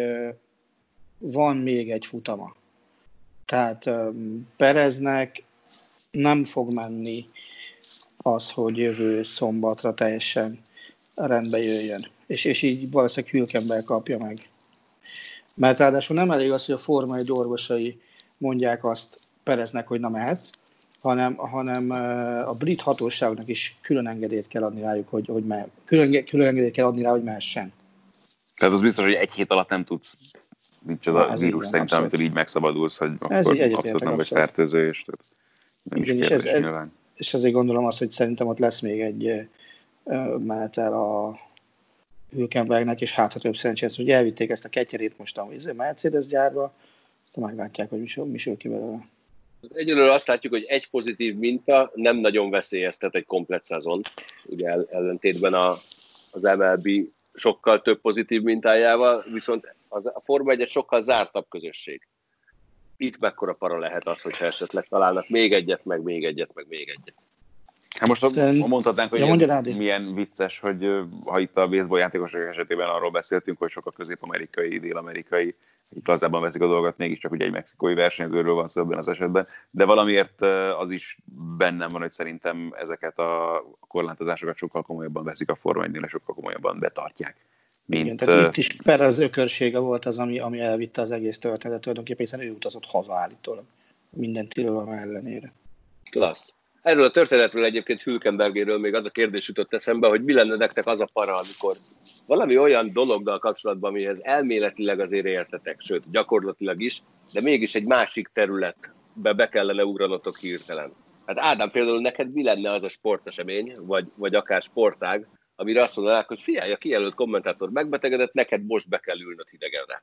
van még egy futama. Tehát um, Pereznek nem fog menni az, hogy jövő szombatra teljesen rendbe jöjjön. És, és így valószínűleg Hülkenberg kapja meg. Mert ráadásul nem elég az, hogy a Forma egy orvosai mondják azt Pereznek, hogy na mehetsz, hanem, hanem a brit hatóságnak is külön engedélyt kell adni rájuk, hogy, hogy mehet. Külön, külön engedélyt kell adni rá, hogy mehessen. Tehát az biztos, hogy egy hét alatt nem tudsz, nincs az Na, a vírus szerintem, amitől így megszabadulsz, hogy ez akkor abszolút nem vagy fertőző, és nem igen, is kérdés és, ez, és azért gondolom azt, hogy szerintem ott lesz még egy uh, menetel a Hülkenbergnek, és hát ha több szerencsét, hogy elvitték ezt a ketyerét most a Mercedes gyárba, aztán meglátják, hogy mi, mi sül ki belőle. Egyelőre azt látjuk, hogy egy pozitív minta nem nagyon veszélyeztet egy komplett szezon. Ugye ellentétben a, az em el bé sokkal több pozitív mintájával, viszont az, a Forma egy egy sokkal zártabb közösség. Itt mekkora para lehet az, hogyha esetleg találnak még egyet, meg még egyet, meg még egyet. Hát most ha mondhatnánk, hogy ja, ez milyen vicces, hogy ha itt a baseball játékosok esetében arról beszéltünk, hogy sok a közép-amerikai, dél-amerikai, akik lazábban veszik a dolgot, mégiscsak ugye egy mexikói versenyzőről van szó ebben az esetben, de valamiért az is bennem van, hogy szerintem ezeket a korlátozásokat sokkal komolyabban veszik a Forma egynél, és sokkal komolyabban betartják. Mint, igen, tehát itt is Perez ökörsége volt az, ami, ami elvitte az egész történetet, tulajdonképpen hiszen ő utazott haza állítólag minden tilalom ellenére. Klassz. Erről a történetről egyébként Hülkenbergéről még az a kérdés jutott eszembe, hogy mi lenne nektek az a para, amikor valami olyan dologgal kapcsolatban, amihez elméletileg azért értetek, sőt, gyakorlatilag is, de mégis egy másik területbe be kellene ugranotok hirtelen. Hát Ádám, például neked mi lenne az a sportesemény, vagy, vagy akár sportág, amire azt mondanák, hogy figyelj, a kijelölt kommentátor megbetegedett, neked most be kell ülnöd hidegenre.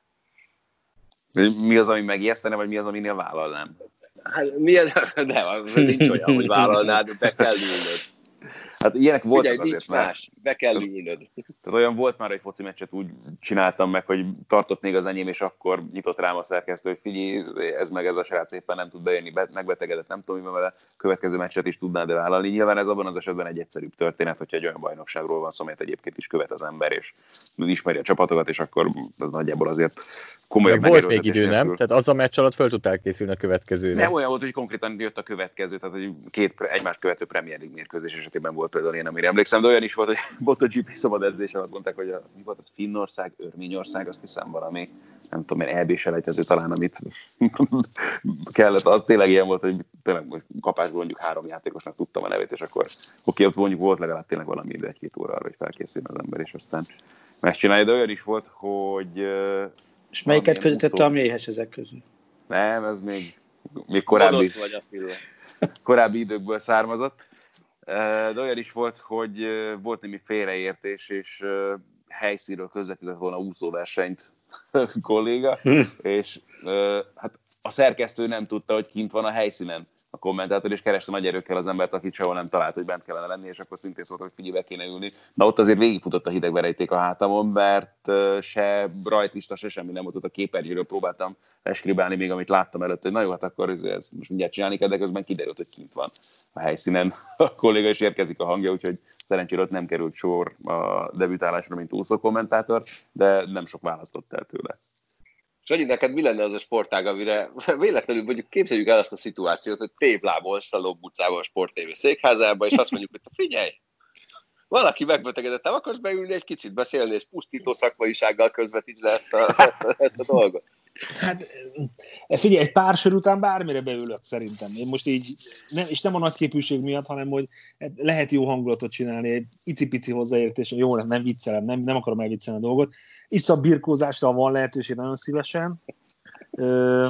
Mi az, ami megijesztene, vagy mi az, aminél vállalnám? Hát, milyen, nem, nincs olyan, hogy vállalnád, be kell ülnöd. Hát ilyenek voltak Figyelj, azért nincs már. más, be kell ülnöd. Tehát olyan volt már, hogy foci meccset úgy csináltam meg, hogy tartott még az enyém, és akkor nyitott rám a szerkesztő, hogy figyelj, ez meg ez a srác éppen nem tud bejönni, megbetegedett, nem tudom, mi van vele, következő meccset is tudnád de vállalni. Nyilván ez abban az esetben egy egyszerűbb történet, hogyha egy olyan bajnokságról van szó, amelyet egyébként is követ az ember, és ismeri a csapatokat, és akkor az nagyjából azért komolyabb. Volt még idő, nem? Tehát az a meccs alatt fel tudtál készülni a következőre. Nem olyan volt, hogy konkrétan jött a következő, tehát hogy két egymást követő Premier League mérkőzés esetében volt például én, amire emlékszem, de olyan is volt, hogy MotoGP szabad edzés alatt mondták, hogy a, mi volt az Finnország, Örményország, azt hiszem valami, nem tudom, én é bé selejtező talán, amit kellett, az tényleg ilyen volt, hogy tényleg kapásból mondjuk három játékosnak tudtam a nevét, és akkor oké, ott mondjuk volt legalább tényleg valami idő egy-két óra arra, hogy felkészüljön az ember, és aztán megcsinálja, de olyan is volt, hogy... És melyiket közöttette a méhes ezek közül? Nem, ez még, még korábbi, vagy korábbi időkből származott. De olyan is volt, hogy volt némi félreértés, és helyszínről közvetített volna úszóversenyt kolléga, és hát a szerkesztő nem tudta, hogy kint van a helyszínen a kommentátor, és kereste nagy erőkkel az embert, akit sehol nem talált, hogy bent kellene lenni, és akkor szintén szólt, hogy figyelj, be kéne ülni. Na ott azért végigfutott a hidegverejték a hátamon, mert se rajtlista, se semmi nem volt ott a képernyőről, próbáltam leskribálni még, amit láttam előtt, hogy na jó, hát akkor ez most mindjárt csinálni kell, de közben kiderült, hogy kint van a helyszínen a kolléga, és érkezik a hangja, úgyhogy szerencsére ott nem került sor a debütálásra, mint úszó kommentátor, de nem sok választott el tőle. Sanyi, neked mi lenne az a sportág, amire véletlenül mondjuk képzeljük el azt a szituációt, hogy tévlábolsz a Lobb utcában a Sport té vé székházába, és azt mondjuk, hogy figyelj, valaki megbetegedett, nem akarsz beülni egy kicsit beszélni, és pusztító szakmaisággal közvetíts le ezt a, ezt a dolgot. Hát figyelj, egy pár sör után bármire beülök szerintem. Én most így, nem, és nem a nagyképűség miatt, hanem hogy lehet jó hangulatot csinálni, egy icipici hozzáértés, jó, nem, nem viccelem, nem, nem akarom elviccelni a dolgot. Iszap birkózásra van lehetőség nagyon szívesen. Ö,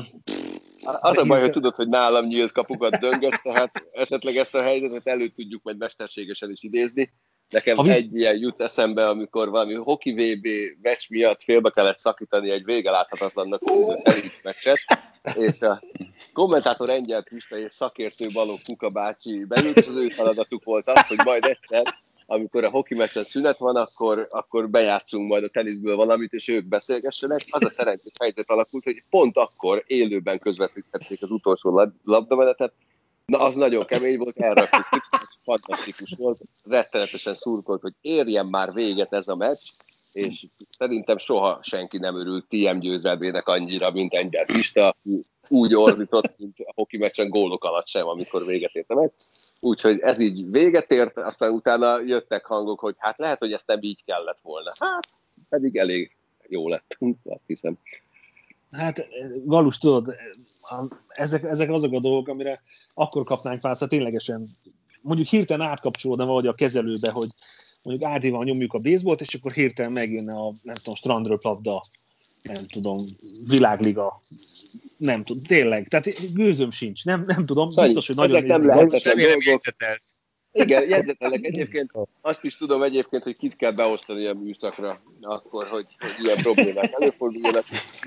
Az a baj, hogy tudod, hogy nálam nyílt kapukat döngetsz, tehát esetleg ezt a helyzetet elő tudjuk majd mesterségesen is idézni. Nekem visz... egy ilyen jut eszembe, amikor valami hoki vé bé meccs miatt félbe kellett szakítani egy vége láthatatlannak tenis meccset, és a kommentátor Engyel Pista és szakértő Balogh Kuka bácsi beült, az ő feladatuk volt az, hogy majd egyszer, amikor a hoki meccsen szünet van, akkor, akkor bejátszunk majd a teniszből valamit, és ők beszélgessenek. Az a szerencsés helyzet alakult, hogy pont akkor élőben közvetíthették az utolsó labdamenetet. Na, az nagyon kemény volt, elraktuk ki, fantasztikus volt, rettenetesen szurkolt, hogy érjen már véget ez a meccs, és szerintem soha senki nem örült té em győzelmének annyira, mint Engyel Pista, úgy ordított, mint a hoki meccsen gólok alatt sem, amikor véget ért a meccs. Úgyhogy ez így véget ért, aztán utána jöttek hangok, hogy hát lehet, hogy ezt nem így kellett volna. Hát, pedig elég jó lett, azt hiszem. Hát, Galus, tudod, ezek, ezek azok a dolgok, amire akkor kapnánk választ, hát ténylegesen mondjuk hirtelen átkapcsolódna valahogy a kezelőbe, hogy mondjuk átéval nyomjuk a baseballt, és akkor hirtelen megjönne a, nem tudom, strandröplabda, nem tudom, világliga, nem tudom, tényleg, tehát gőzöm sincs, nem, nem tudom, Sanyi, biztos, hogy nagyon nem lehetetlen dolgok. Igen, jegyzetelek egyébként, azt is tudom egyébként, hogy kit kell beosztani a műszakra, akkor, hogy, hogy ilyen problémák előforduljanak.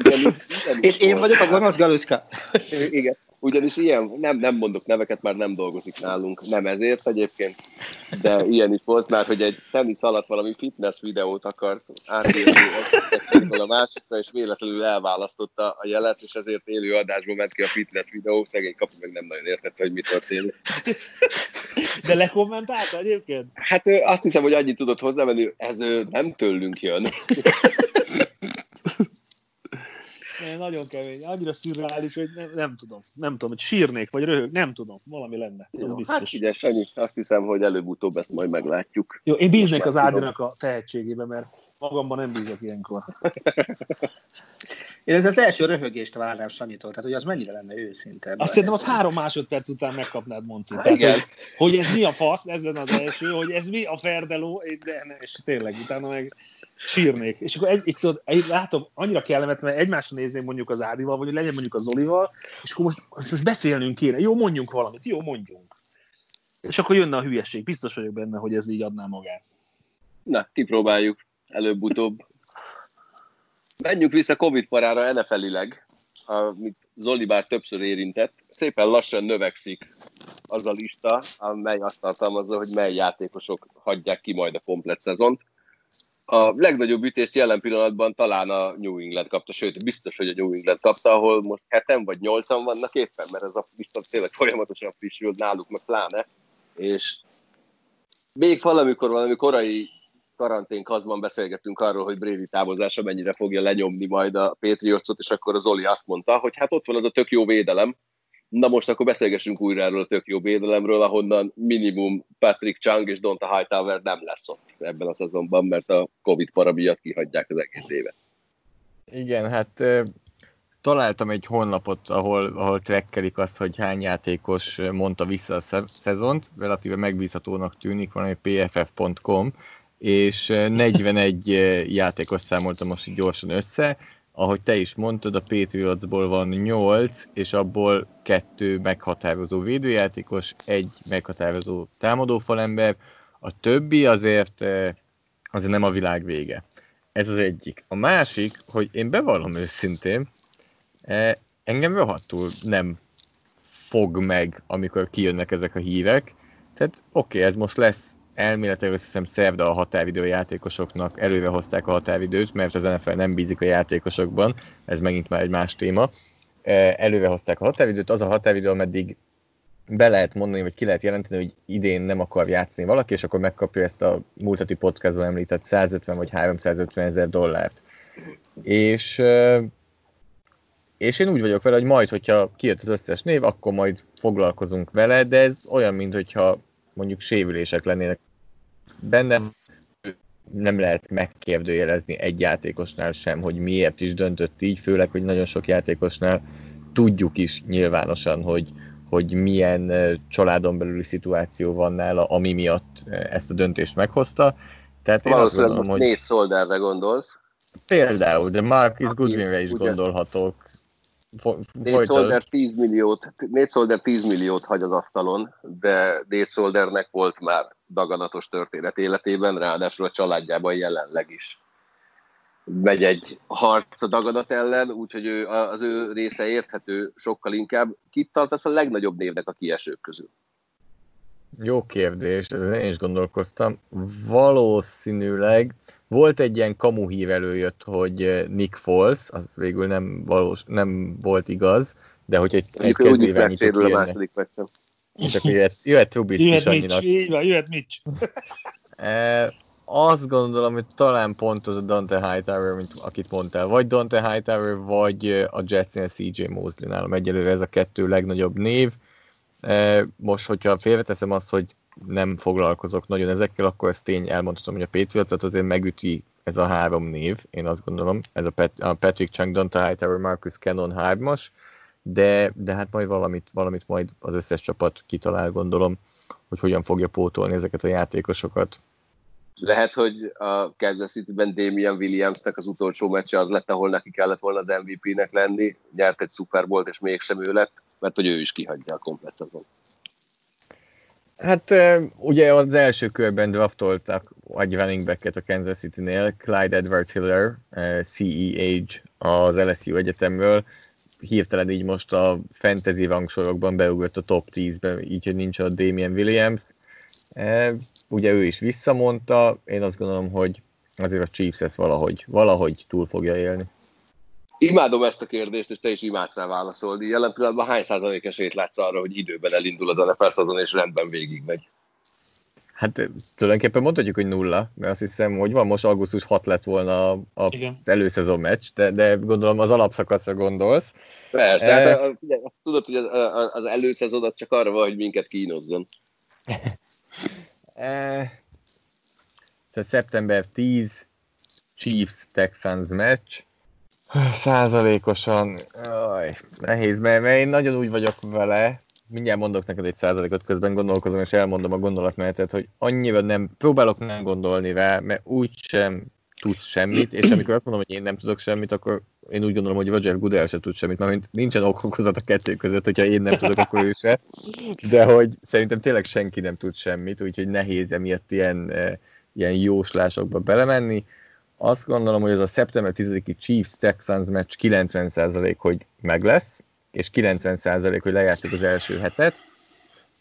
És én vagyok a gonosz Galuska. Igen, ugyanis ilyen, nem, nem mondok neveket, már nem dolgozik nálunk, nem ezért egyébként, de ilyen is volt már, hogy egy tenisz alatt valami fitness videót akart átírni a másikra, és véletlenül elválasztotta a jelet, és ezért élő adásból ment ki a fitness videó, szegény kapu meg nem nagyon értette, hogy mi történik. De lekommentálta egyébként? Hát azt hiszem, hogy annyit tudott hozzámenni, ez nem tőlünk jön. Nagyon kemény, annyira szürreális, hogy nem, nem tudom, nem tudom, hogy sírnék, vagy röhög, nem tudom, valami lenne, az jó, biztos. Hát ügyes, Sanyi, azt hiszem, hogy előbb-utóbb ezt majd meglátjuk. Jó, én bíznék az Ádinak a tehetségébe, mert magamban nem bízok ilyenkor. Én ez az első röhögést várnám Sanyitól, tehát hogy az mennyire lenne őszinte. Azt szerintem az három másodperc után megkapnád, Monci. Hát tehát, igen. hogy, hogy ez mi a fasz, ezen az első, hogy ez mi a ferdeló, de ne, és tényleg utána meg sírnék. És akkor egy, egy, tudod, egy, látom, annyira kellemetlen, mert egymásra nézném mondjuk az Ádival, vagy legyen mondjuk az Zolival, és akkor most, most beszélnünk kéne. Jó, mondjunk valamit, jó, mondjunk. És akkor jönne a hülyeség. Biztos vagyok benne, hogy ez így adná magát. Na, kipróbáljuk előbb-utóbb. Menjünk vissza Covid parára en ef el-ileg, amit Zoli bár többször érintett. Szépen lassan növekszik az a lista, amely azt tartalmazza, hogy mely játékosok hagyják ki majd a komplet szezont. A legnagyobb ütést jelen pillanatban talán a New England kapta, sőt, biztos, hogy a New England kapta, ahol most heten vagy nyolcan vannak éppen, mert ez a lista tényleg folyamatosan frissül, náluk meg pláne. És még valamikor, valami korai karanténkazban beszélgettünk arról, hogy Brady távozása mennyire fogja lenyomni majd a Patriotsot, és akkor az Oli azt mondta, hogy hát ott van az a tök jó védelem. Na most akkor beszélgessünk újra erről a tök jó védelemről, ahonnan minimum Patrick Chung és Donta Hightower nem lesz ott ebben a szezonban, mert a Covid para miatt kihagyják az egész évet. Igen, hát találtam egy honlapot, ahol, ahol trackelik azt, hogy hány játékos mondta vissza a szezont, relatíve megbízhatónak tűnik, valami pé ef ef pont com, és negyvenegy játékos számoltam most gyorsan össze. Ahogy te is mondtad, a Patriotsból van nyolc, és abból kettő meghatározó védőjátékos, egy meghatározó támadófalember, a többi azért, azért nem a világ vége. Ez az egyik. A másik, hogy én bevallom őszintén, engem rohadtul nem fog meg, amikor kijönnek ezek a hírek. Tehát oké, okay, ez most lesz elméletileg, azt hiszem szerda a határidő a játékosoknak, előre hozták a határidőt, mert az en ef el nem bízik a játékosokban, ez megint már egy más téma. Előre hozták a határidőt, az a határidő, ameddig be lehet mondani, vagy ki lehet jelenteni, hogy idén nem akar játszani valaki, és akkor megkapja ezt a múlt heti podcastban említett százötven vagy háromszázötven ezer dollárt. És, és én úgy vagyok vele, hogy majd, hogyha kijött az összes név, akkor majd foglalkozunk vele, de ez olyan, mintha mondjuk sérülések lennének bennem, nem lehet megkérdőjelezni egy játékosnál sem, hogy miért is döntött így, főleg, hogy nagyon sok játékosnál tudjuk is nyilvánosan, hogy, hogy milyen családon belüli szituáció van nála, ami miatt ezt a döntést meghozta. Tehát én azt gondolom, most hogy... Nate Solderre gondolsz. Például, de Marcus Goodwinre is ugye gondolhatok. Nate Solder tíz milliót, Nate Solder tíz milliót hagy az asztalon, de Nate Soldernek volt már daganatos történet életében, ráadásul a családjában jelenleg is megy egy harc a daganat ellen, úgyhogy ő, az ő része érthető sokkal inkább. Kit tartasz a legnagyobb névnek a kiesők közül? Jó kérdés, én is gondolkoztam. Valószínűleg volt egy ilyen kamu hír előjött, hogy Nick Foles, az végül nem, valós, nem volt igaz, de hogy egy, egy kezdőirányító kijönne. És akkor jöhet, jöhet Trubisky is annyinak. Így van, jöhet Mitch. E, azt gondolom, hogy talán pont az a Dante Hightower, mint akit mondtál. Vagy Dante Hightower, vagy a Jetsnél cé jé Mosley nálam. Egyelőre ez a kettő legnagyobb név. E, most, hogyha félreteszem azt, hogy nem foglalkozok nagyon ezekkel, akkor ezt tény elmondhatom, hogy a Patriotot azért megüti ez a három név, én azt gondolom, ez a, Pat- a Patrick Chung, Donta Hightower, Marcus Cannon hármas, de, de hát majd valamit, valamit majd az összes csapat kitalál, gondolom, hogy hogyan fogja pótolni ezeket a játékosokat. Lehet, hogy a Kansas City-ben Damian Williamsnek az utolsó meccse az lett, ahol neki kellett volna az em vé pé-nek lenni, nyert egy Super Bowl-t, és mégsem ő lett, mert hogy ő is kihagyja a komplet szezon. Hát ugye az első körben draftoltak egy running backet a Kansas City-nél, Clyde Edwards-Helaire, cé e Age az el es u egyetemről, hirtelen így most a fantasy rangsorokban beugrott a top tízbe, így, hogy nincs a Damian Williams. Ugye ő is visszamondta, én azt gondolom, hogy azért a Chiefs ezt valahogy, valahogy túl fogja élni. Imádom ezt a kérdést, és te is imádsz rá válaszolni. Jelen pillanatban hány százalék esélyt látsz arra, hogy időben elindul az en ef el szezon, és rendben végigmegy? Hát tulajdonképpen mondhatjuk, hogy nulla, mert azt hiszem, hogy van most augusztus hatodika lett volna a, a előszezon meccs, de, de gondolom az alapszakaszra gondolsz. Persze, e... hát, a, ugye, tudod, hogy az, az előszezon az csak arra van, hogy minket kínozzon. e... Tehát szeptember tíz, Chiefs-Texans meccs, százalékosan, aj, nehéz, mert, mert én nagyon úgy vagyok vele, mindjárt mondok neked egy százalékot, közben gondolkozom, és elmondom a gondolatmenetet, hogy annyira nem, próbálok nem gondolni rá, mert úgysem tudsz semmit, és amikor azt mondom, hogy én nem tudok semmit, akkor én úgy gondolom, hogy Roger Goodell se tud semmit, mert nincsen okokozat a kettő között, hogyha én nem tudok, akkor ő se, de hogy szerintem tényleg senki nem tud semmit, úgyhogy nehéz emiatt ilyen, ilyen jóslásokba belemenni. Azt gondolom, hogy az a szeptember tizediki Chiefs-Texans meccs kilencven százalék, hogy meg lesz, és kilencven százalék, hogy lejátszuk az első hetet.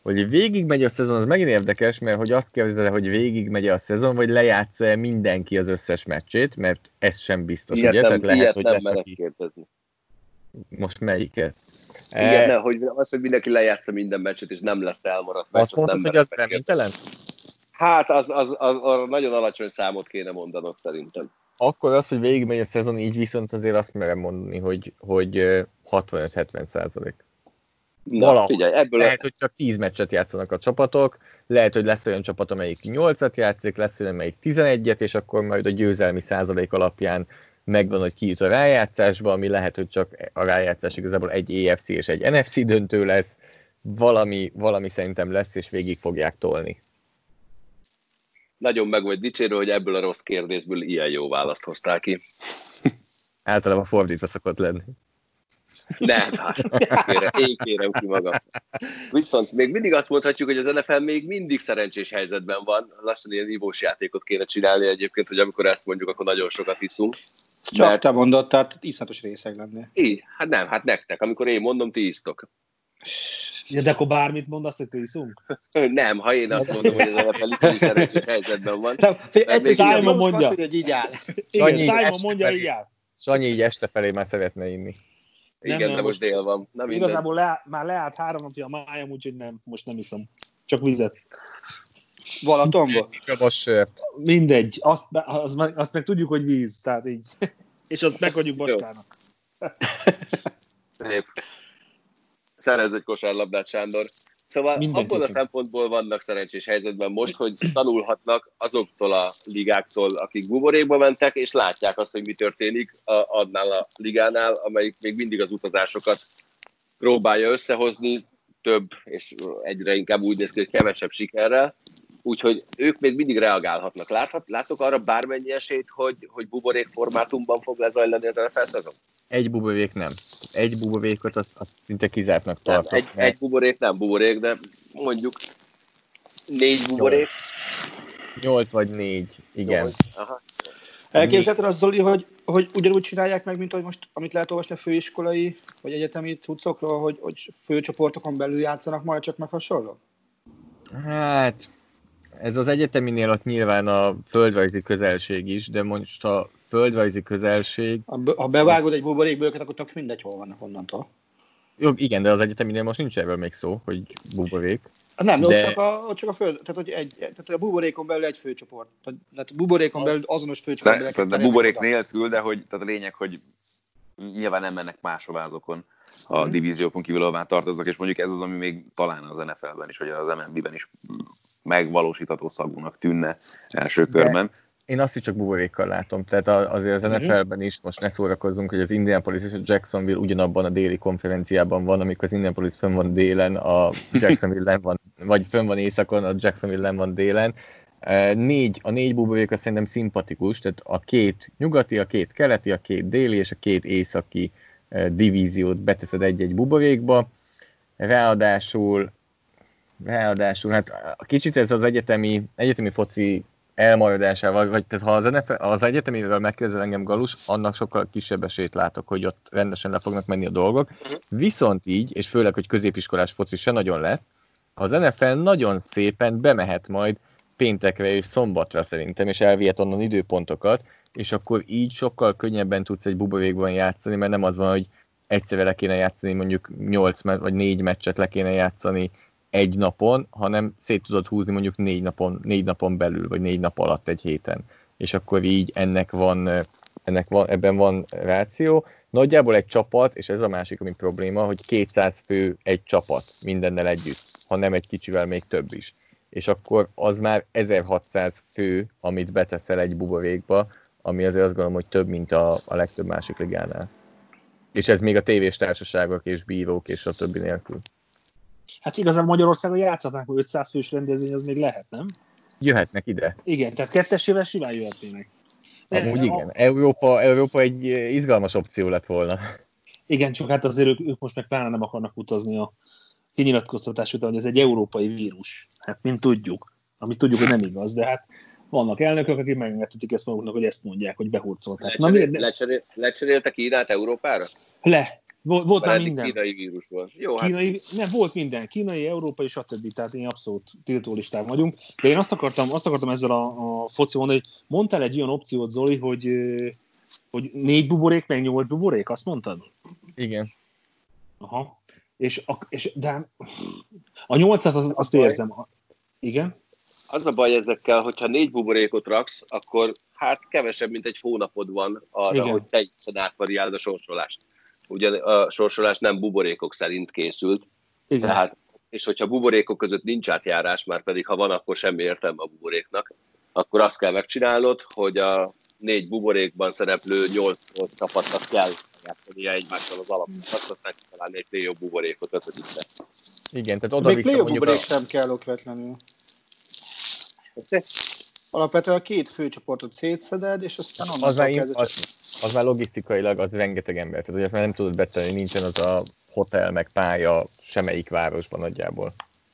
hogy végigmegy a szezon, az megint érdekes, mert hogy azt kérdezed, hogy végigmegy a szezon, vagy lejátsz mindenki az összes meccsét, mert ez sem biztos, ilyet ugye? Nem, Tehát lehet, ilyet hogy nem lesz, merek aki... kérdezni. Most melyiket? Igen, e... nem, hogy az, hogy mindenki lejátsza minden meccset, és nem lesz elmaradt meccs, azt, azt mondtad, hogy az reménytelen? Hát az, az, az, az nagyon alacsony számot kéne mondanod szerintem. Akkor az, hogy végigmegy a szezon, így viszont azért azt merem mondani, hogy, hogy hatvanöt-hetven százalék. Na, Valahol. figyelj, ebből Lehet, a... hogy csak tíz meccset játszanak a csapatok, lehet, hogy lesz olyan csapat, amelyik nyolcat játszik, lesz olyan, amelyik tizenegyet, és akkor majd a győzelmi százalék alapján megvan, hogy ki jut a rájátszásba, ami lehet, hogy csak a rájátszás igazából egy á ef cé és egy en ef cé döntő lesz, valami, valami szerintem lesz, és végig fogják tolni. Nagyon meg vagy dicsérő, hogy ebből a rossz kérdésből ilyen jó választ hoztál ki. Általában fordítva szokott lenni. Nem, hát én kérem ki magam. Viszont még mindig azt mondhatjuk, hogy az en ef el még mindig szerencsés helyzetben van. Lassan ilyen ivós játékot kéne csinálni egyébként, hogy amikor ezt mondjuk, akkor nagyon sokat iszunk. Csak mert... te mondod, tehát iszatos részeg lennél. Így, hát nem, hát nektek. Amikor én mondom, ti isztok. Ja, de akkor bármit mondasz, akkor iszunk? Nem, ha én azt mondom, hogy az en ef el is szerencsés helyzetben van. Simon mondja. Hogy így áll. Igen, Simon mondja, így áll. Sanyi így este felé már szeretne inni. Igen, nem, nem, de most dél van. Na, igazából le, már leállt három napja a májam, úgyhogy nem, most nem iszom. Csak vizet. Balatonból? Mindegy. Azt, azt, meg, azt meg tudjuk, hogy víz. Tehát így. És azt meghagyjuk Bastának. Szép. Szerezz egy kosárlabdát, Sándor. Szóval mindenki abból a szempontból vannak szerencsés helyzetben most, hogy tanulhatnak azoktól a ligáktól, akik buborékba mentek, és látják azt, hogy mi történik annál a ligánál, amelyik még mindig az utazásokat próbálja összehozni, több, és egyre inkább úgy néz ki, hogy kevesebb sikerrel. Úgyhogy ők még mindig reagálhatnak. Láthat, látok arra bármennyi esélyt, hogy, hogy buborék formátumban fog lezajlani az en ef el szezon? Egy buborék nem. Egy buborékot azt, azt szinte kizártnak tartok. Nem, egy, mert... egy buborék nem buborék, de mondjuk négy buborék. Nyolc vagy négy, igen. Elképzelheted azt, Zoli, hogy, hogy ugyanúgy csinálják meg, mint hogy most, amit lehet olvasni a főiskolai vagy egyetemi cuccokról, hogy, hogy főcsoportokon belül játszanak majd, csak meg hasonló? Hát, ez az egyeteminél ott nyilván a földrajzi közelség is, de most a földrajzi közelség... Ha bevágod egy buborékból őket, akkor tök mindegy, hol vannak onnantól. Jó, igen, de az egyeteminél most nincs erről még szó, hogy buborék. Nem, de, de... Ott, csak a, ott csak a föld, tehát, hogy egy, tehát a buborékon belül egy főcsoport. Tehát a buborékon belül azonos főcsoport. De, de buborék nélkül, de hogy, tehát a lényeg, hogy nyilván nem mennek másovázokon a hmm. divíziókon kívül, ahová tartoznak, és mondjuk ez az, ami még talán az en ef el-ben is, vagy az em en bé-ben is megvalósítható szagúnak tűnne első körben. De én azt is csak buborékkal látom, tehát azért az en ef el-ben is most ne szórakozzunk, hogy az Indianapolis és a Jacksonville ugyanabban a déli konferenciában van, amikor az Indianapolis fönn van délen, a Jacksonville nem van, vagy fönn van északon, a Jacksonville nem van délen. Négy, a négy buborék azt szerintem szimpatikus, tehát a két nyugati, a két keleti, a két déli és a két északi divíziót beteszed egy-egy buborékba. Ráadásul, ráadásul hát kicsit ez az egyetemi, egyetemi foci elmaradásával, vagy tehát ha az, en ef el, az egyetemivel megkérdezel engem, Galus, annak sokkal kisebb esélyt látok, hogy ott rendesen le fognak menni a dolgok. Viszont így, és főleg, hogy középiskolás foci se nagyon lesz, az en ef el nagyon szépen bemehet majd péntekre és szombatra szerintem, és elvihet onnan időpontokat, és akkor így sokkal könnyebben tudsz egy buborékban játszani, mert nem az van, hogy egyszerre le kéne játszani, mondjuk nyolc vagy négy meccset le kéne játszani egy napon, hanem szét tudod húzni mondjuk négy napon, négy napon belül, vagy négy nap alatt egy héten. És akkor így ennek van, ennek van, ebben van ráció. Nagyjából egy csapat, és ez a másik, ami probléma, hogy kétszáz fő egy csapat mindennel együtt, ha nem egy kicsivel még több is. És akkor az már ezerhatszáz fő, amit beteszel egy buborékba, ami azért azt gondolom, hogy több, mint a, a legtöbb másik ligánál. És ez még a tévés társaságok és bírók és a többi nélkül. Hát igazán Magyarországon játszhatnánk, hogy ötszáz fős rendezvény az még lehet, nem? Jöhetnek ide. Igen, tehát kettesével simán jöhetnének. Amúgy igen. Európa, Európa egy izgalmas opció lett volna. Igen, csak hát azért ők, ők most meg pláne nem akarnak utazni a kinyilatkoztatás után, hogy ez egy európai vírus. Hát mint tudjuk. Amit tudjuk, hogy nem igaz, de hát vannak elnökök, akik megengedhetik ezt maguknak, hogy ezt mondják, hogy behurcolták. Lecserél, lecserél, lecseréltek Kínát Európára? Le. Volt, volt már eddig minden. Kínai vírus volt. Jó, kínai, hát... nem, volt minden. Kínai, európai, stb. Tehát én abszolút tiltólistán vagyunk. De én azt akartam, azt akartam ezzel a, a foci mondani, hogy mondtál egy olyan opciót, Zoli, hogy, hogy négy buborék, meg nyolc buborék, azt mondtad? Igen. Aha. És, a, és de a nyolcszáz az, azt érzem. Igen? Az a baj ezekkel, hogyha négy buborékot raksz, akkor hát kevesebb, mint egy hónapod van arra, igen, hogy teljesen átvariáld a sorsolást. Ugyan a sorsolás nem buborékok szerint készült. Igen. Tehát, és hogyha buborékok között nincs átjárás, már pedig ha van, akkor semmi értelme a buboréknak, akkor azt kell megcsinálnod, hogy a négy buborékban szereplő nyolc csapatnak kell játszania egymással az alapokat, aztán találni egy play-off buborékot ötödikre. Igen, tehát oda vissza mondjuk buborék a... sem kell okvetlenül. Alapvetően a két főcsoportot szétszeded, és aztán onnan az, már, kezdve... az, az már logisztikailag az rengeteg ember, tehát hogy azt már nem tudod betenni, nincsen az a hotel meg pálya semmelyik városban nagyjából.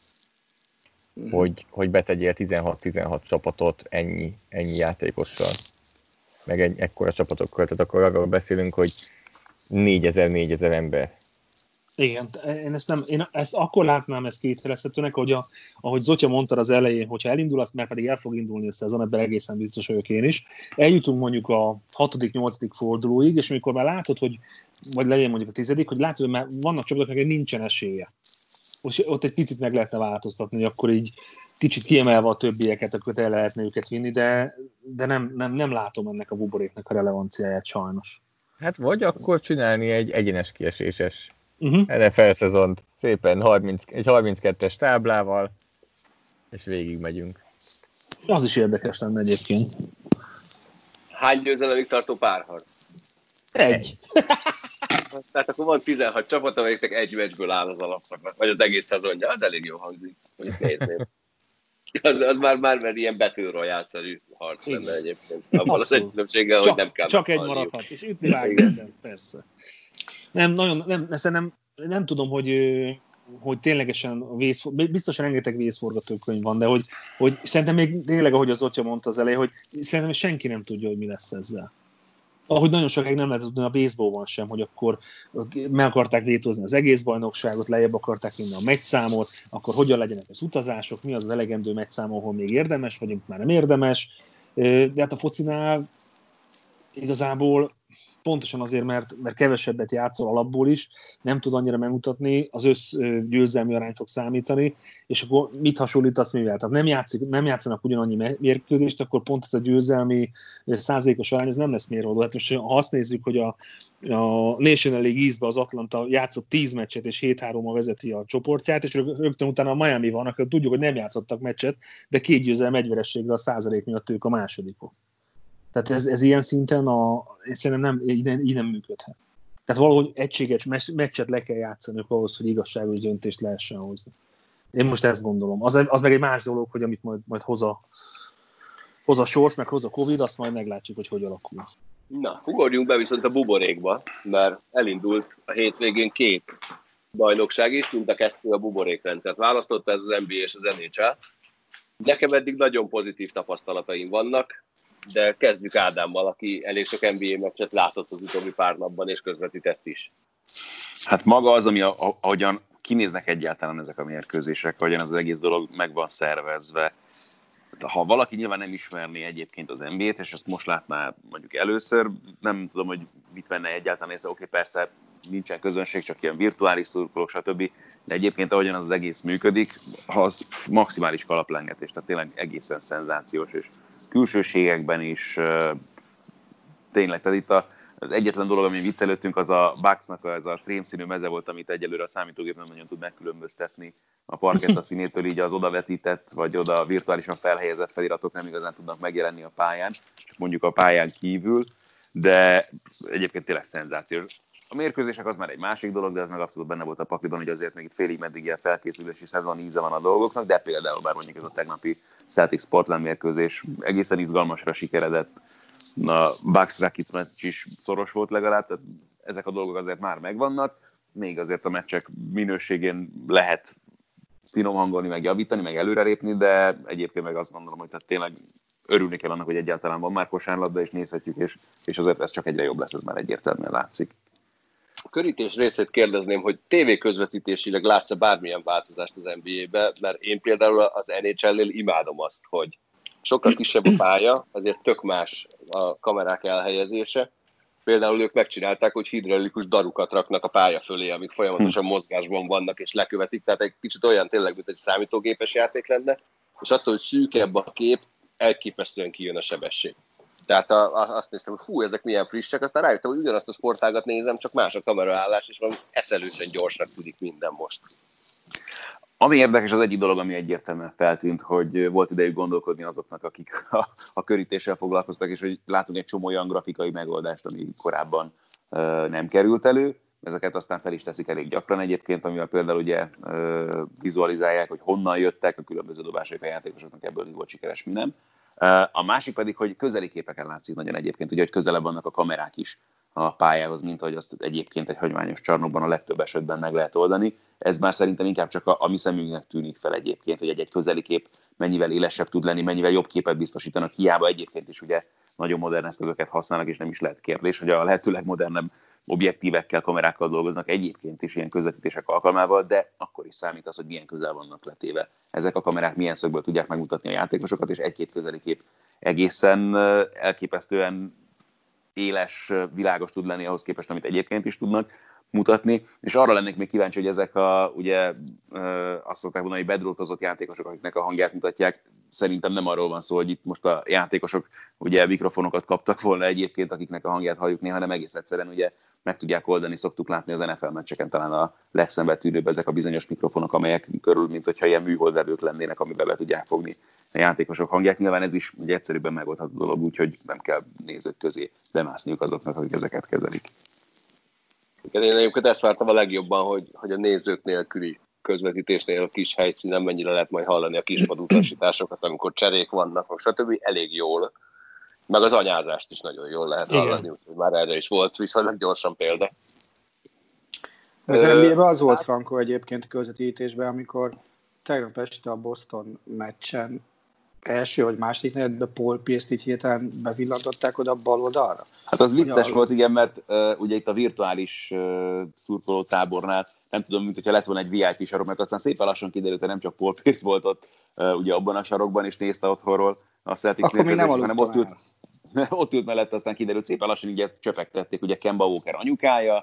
Hmm. Hogy, hogy betegyél tizenhat-tizenhat csapatot ennyi, ennyi játékossal, meg egy ekkora csapatokkal, tehát akkor arról beszélünk, hogy négyezer-négyezer ember. Igen, én ezt, nem, én ezt akkor látnám ezt kétfelezhetőnek, hogy a, ahogy Zotya mondta az elején, hogyha elindul, azt már pedig el fog indulni a szezon, ebben egészen biztos vagyok én is. Eljutunk mondjuk a hatodik-nyolcadik fordulóig, és amikor már látod, hogy, vagy legyen mondjuk a tizedik, hogy látod, hogy már vannak csapatok, nekik nincsen esélye. Ott egy picit meg lehetne változtatni, hogy akkor így kicsit kiemelve a többieket, akkor el lehetne őket vinni, de, de nem, nem, nem látom ennek a buboréknak a relevanciáját sajnos. Hát vagy akkor csinálni egy egyenes kieséses Uh-huh. en ef el szezont szépen harminc, egy harminckettes táblával, és végig megyünk. Az is érdekes lenne egyébként. Hány győzelemig tartó párharc? Egy. Tehát akkor van tizenhat csapat, amelyiknek egy meccsből áll az alapszakasz, vagy az egész szezonja, az elég jó hangzik, hogy nézném. Az, az már, már már ilyen Battle Royale-szerű harc lenne egyébként. Abban az egy különbséggel, hogy nem kell csak egy maradhat, és ütni vágni, persze. Nem, nagyon, nem, nem, nem tudom, hogy, hogy ténylegesen a vész, biztosan rengeteg vészforgatókönyv van, de hogy, hogy szerintem még tényleg, ahogy az Otya mondta az elején, hogy szerintem senki nem tudja, hogy mi lesz ezzel. Ahogy nagyon sokáig nem lehet tudni a baseballban sem, hogy akkor meg akarták vétózni az egész bajnokságot, lejjebb akarták vinni a meccszámot, akkor hogyan legyenek az utazások, mi az az elegendő meccszám, ahol még érdemes, vagy már nem érdemes. De hát a focinál igazából pontosan azért, mert, mert kevesebbet játszol alapból is, nem tud annyira megmutatni, az össz győzelmi arány fog számítani, és akkor mit hasonlítasz mivel? Tehát nem, játszik, nem játszanak ugyanannyi mérkőzést, akkor pont ez a győzelmi százalékos arány, ez nem lesz mérvadó. Hát most ha azt nézzük, hogy a, a National League East-ben az Atlanta játszott tíz meccset, és hét hárommal vezeti a csoportját, és rögtön utána a Miami van, akkor tudjuk, hogy nem játszottak meccset, de két győzelem egy vereségre a százalék miatt ők a másodikok. Tehát ez, ez ilyen szinten a, szerintem nem, így, nem, így nem működhet. Tehát valahogy egységes meccset le kell játszani ahhoz, hogy igazságos döntést lehessen hozni. Én most ezt gondolom. Az, az meg egy más dolog, hogy amit majd, majd hoz, a, hoz a sors, meg hoz a Covid, azt majd meglátjuk, hogy hogy alakul. Na, ugorjunk be viszont a buborékba, mert elindult a hétvégén két bajnokság is, mind a kettő a buborékrendszert választotta, ez az en bé á és az en há el. Nekem eddig nagyon pozitív tapasztalataim vannak, de kezdjük Ádámmal, aki elég sok en bé á meccset látott az utóbbi pár napban, és közvetített is. Hát maga az, ami a, a, ahogyan kinéznek egyáltalán ezek a mérkőzések, ahogyan az egész dolog meg van szervezve. Ha valaki nyilván nem ismerné egyébként az en bé á-t, és ezt most látná mondjuk először, nem tudom, hogy mit venne egyáltalán észre, oké, persze nincsen közönség, csak ilyen virtuális szurkolók, stb. De egyébként ahogyan az, az egész működik, az maximális kalaplengetés, tehát tényleg egészen szenzációs, és külsőségekben is tényleg, tehát itt a, az egyetlen dolog, ami viccelődtünk, az a Bucksnak az a krémszínű meze volt, amit egyelőre a számítógép nem nagyon tud megkülönböztetni a parketta színétől, így az odavetített, vagy oda virtuálisan felhelyezett feliratok nem igazán tudnak megjelenni a pályán, csak mondjuk a pályán kívül, de egyébként tényleg szenzációs. A mérkőzések az már egy másik dolog, de ez meg abszolút benne volt a pakliban, hogy azért még itt félig meddig ilyen felkészülési szezon íze van a dolgoknak, de például bár mondjuk ez a tegnapi Celtics Portland mérkőzés egészen izgalmasra sikeredett, a Bucks Rockets meccs is szoros volt legalább, tehát ezek a dolgok azért már megvannak, még azért a meccsek minőségén lehet finom hangolni, meg javítani, meg előrelépni, de egyébként meg azt gondolom, hogy tehát tényleg örülni kell annak, hogy egyáltalán van már kosárlabda, és nézhetjük, és, és azért ez csak egyre jobb lesz, ez már egyértelműen látszik. körítés részét kérdezném, hogy tévéközvetítésileg látsz-e bármilyen változást az en bé á-be, mert én például az en há el-nél imádom azt, hogy sokkal kisebb a pálya, azért tök más a kamerák elhelyezése. Például ők megcsinálták, hogy hidraulikus darukat raknak a pálya fölé, amik folyamatosan mozgásban vannak és lekövetik, tehát egy kicsit olyan tényleg, mint egy számítógépes játék lenne, és attól, hogy szűkebb a kép, elképesztően kijön a sebesség. Tehát a, a, azt néztem, hogy fú, ezek milyen frissek, aztán rájöttem, hogy ugyanazt a sportágat nézem, csak más a kameraállás, és valami eszelősen gyorsnak tudik minden most. Ami érdekes, az egyik dolog, ami egyértelműen feltűnt, hogy volt idejük gondolkodni azoknak, akik a, a körítéssel foglalkoztak, és hogy látunk egy csomó olyan grafikai megoldást, ami korábban uh, nem került elő. Ezeket aztán fel is teszik elég gyakran egyébként, amivel például ugye uh, vizualizálják, hogy honnan jöttek a különböző dobások a játékosoknak, ebből mi volt sikeres, mi nem. Uh, a másik pedig, hogy közeli képeken látszik nagyon egyébként, ugye, hogy közelebb vannak a kamerák is a pályához, mint ahogy azt egyébként egy hagyományos csarnokban a legtöbb esetben meg lehet oldani. Ez már szerintem inkább csak a, a mi szemünknek tűnik fel egyébként, hogy egy-egy közeli kép mennyivel élesebb tud lenni, mennyivel jobb képet biztosítanak, hiába egyébként is ugye nagyon modern eszközöket használnak, és nem is lehet kérdés, hogy a lehető legmodernebb objektívekkel, kamerákkal dolgoznak egyébként is ilyen közvetítések alkalmával, de akkor is számít az, hogy milyen közel vannak letéve. Ezek a kamerák milyen szögből tudják megmutatni a játékosokat, és egy-két közeli kép egészen elképesztően éles, világos tud lenni ahhoz képest, amit egyébként is tudnak mutatni, és arra lennék még kíváncsi, hogy ezek a, ugye azt szokták mondani, hogy bedrótozott játékosok, akiknek a hangját mutatják, szerintem nem arról van szó, hogy itt most a játékosok ugye mikrofonokat kaptak volna egyébként, akiknek a hangját halljuk néha, hanem egész egyszerűen ugye meg tudják oldani, szoktuk látni az en ef el meccseken talán a legszembetűnőbb ezek a bizonyos mikrofonok, amelyek körül, mint hogyha ilyen műholdvevők lennének, amivel be tudják fogni a játékosok hangját. Nyilván ez is ugye egyszerűbben megoldható dolog, úgyhogy nem kell nézők közé bemászniuk azoknak, akik ezeket kezelik. Igen, én egyébként ezt vártam a legjobban, hogy, hogy a nézők nélküli közvetítésnél a kis helyszínen mennyire lehet majd hallani a kispad utasításokat, amikor cserék vannak, stb. Elég jól. Meg az anyázást is nagyon jól lehet hallani, úgyhogy már erre is volt viszonylag gyorsan példa. Az en bé á-ben az volt, Franko, egyébként közvetítésben, amikor tegnap este a Boston meccsen első vagy második negyedben Paul Pierce-t így hirtelen bevillantották oda bal oldalra. Hát az vicces ja, volt, igen, mert uh, ugye itt a virtuális uh, szurkoló tábornál, nem tudom, mint hogyha lett volna egy vé i pé sarok, mert aztán szépen lassan kiderült, hogy nem csak Paul Pierce volt ott uh, ugye abban a sarokban, és nézte otthonról a Celtics mérkőzést, hanem ott ült, ott ült mellett, aztán kiderült szépen lassan, így ezt csöpegtették, ugye Kemba Walker anyukája,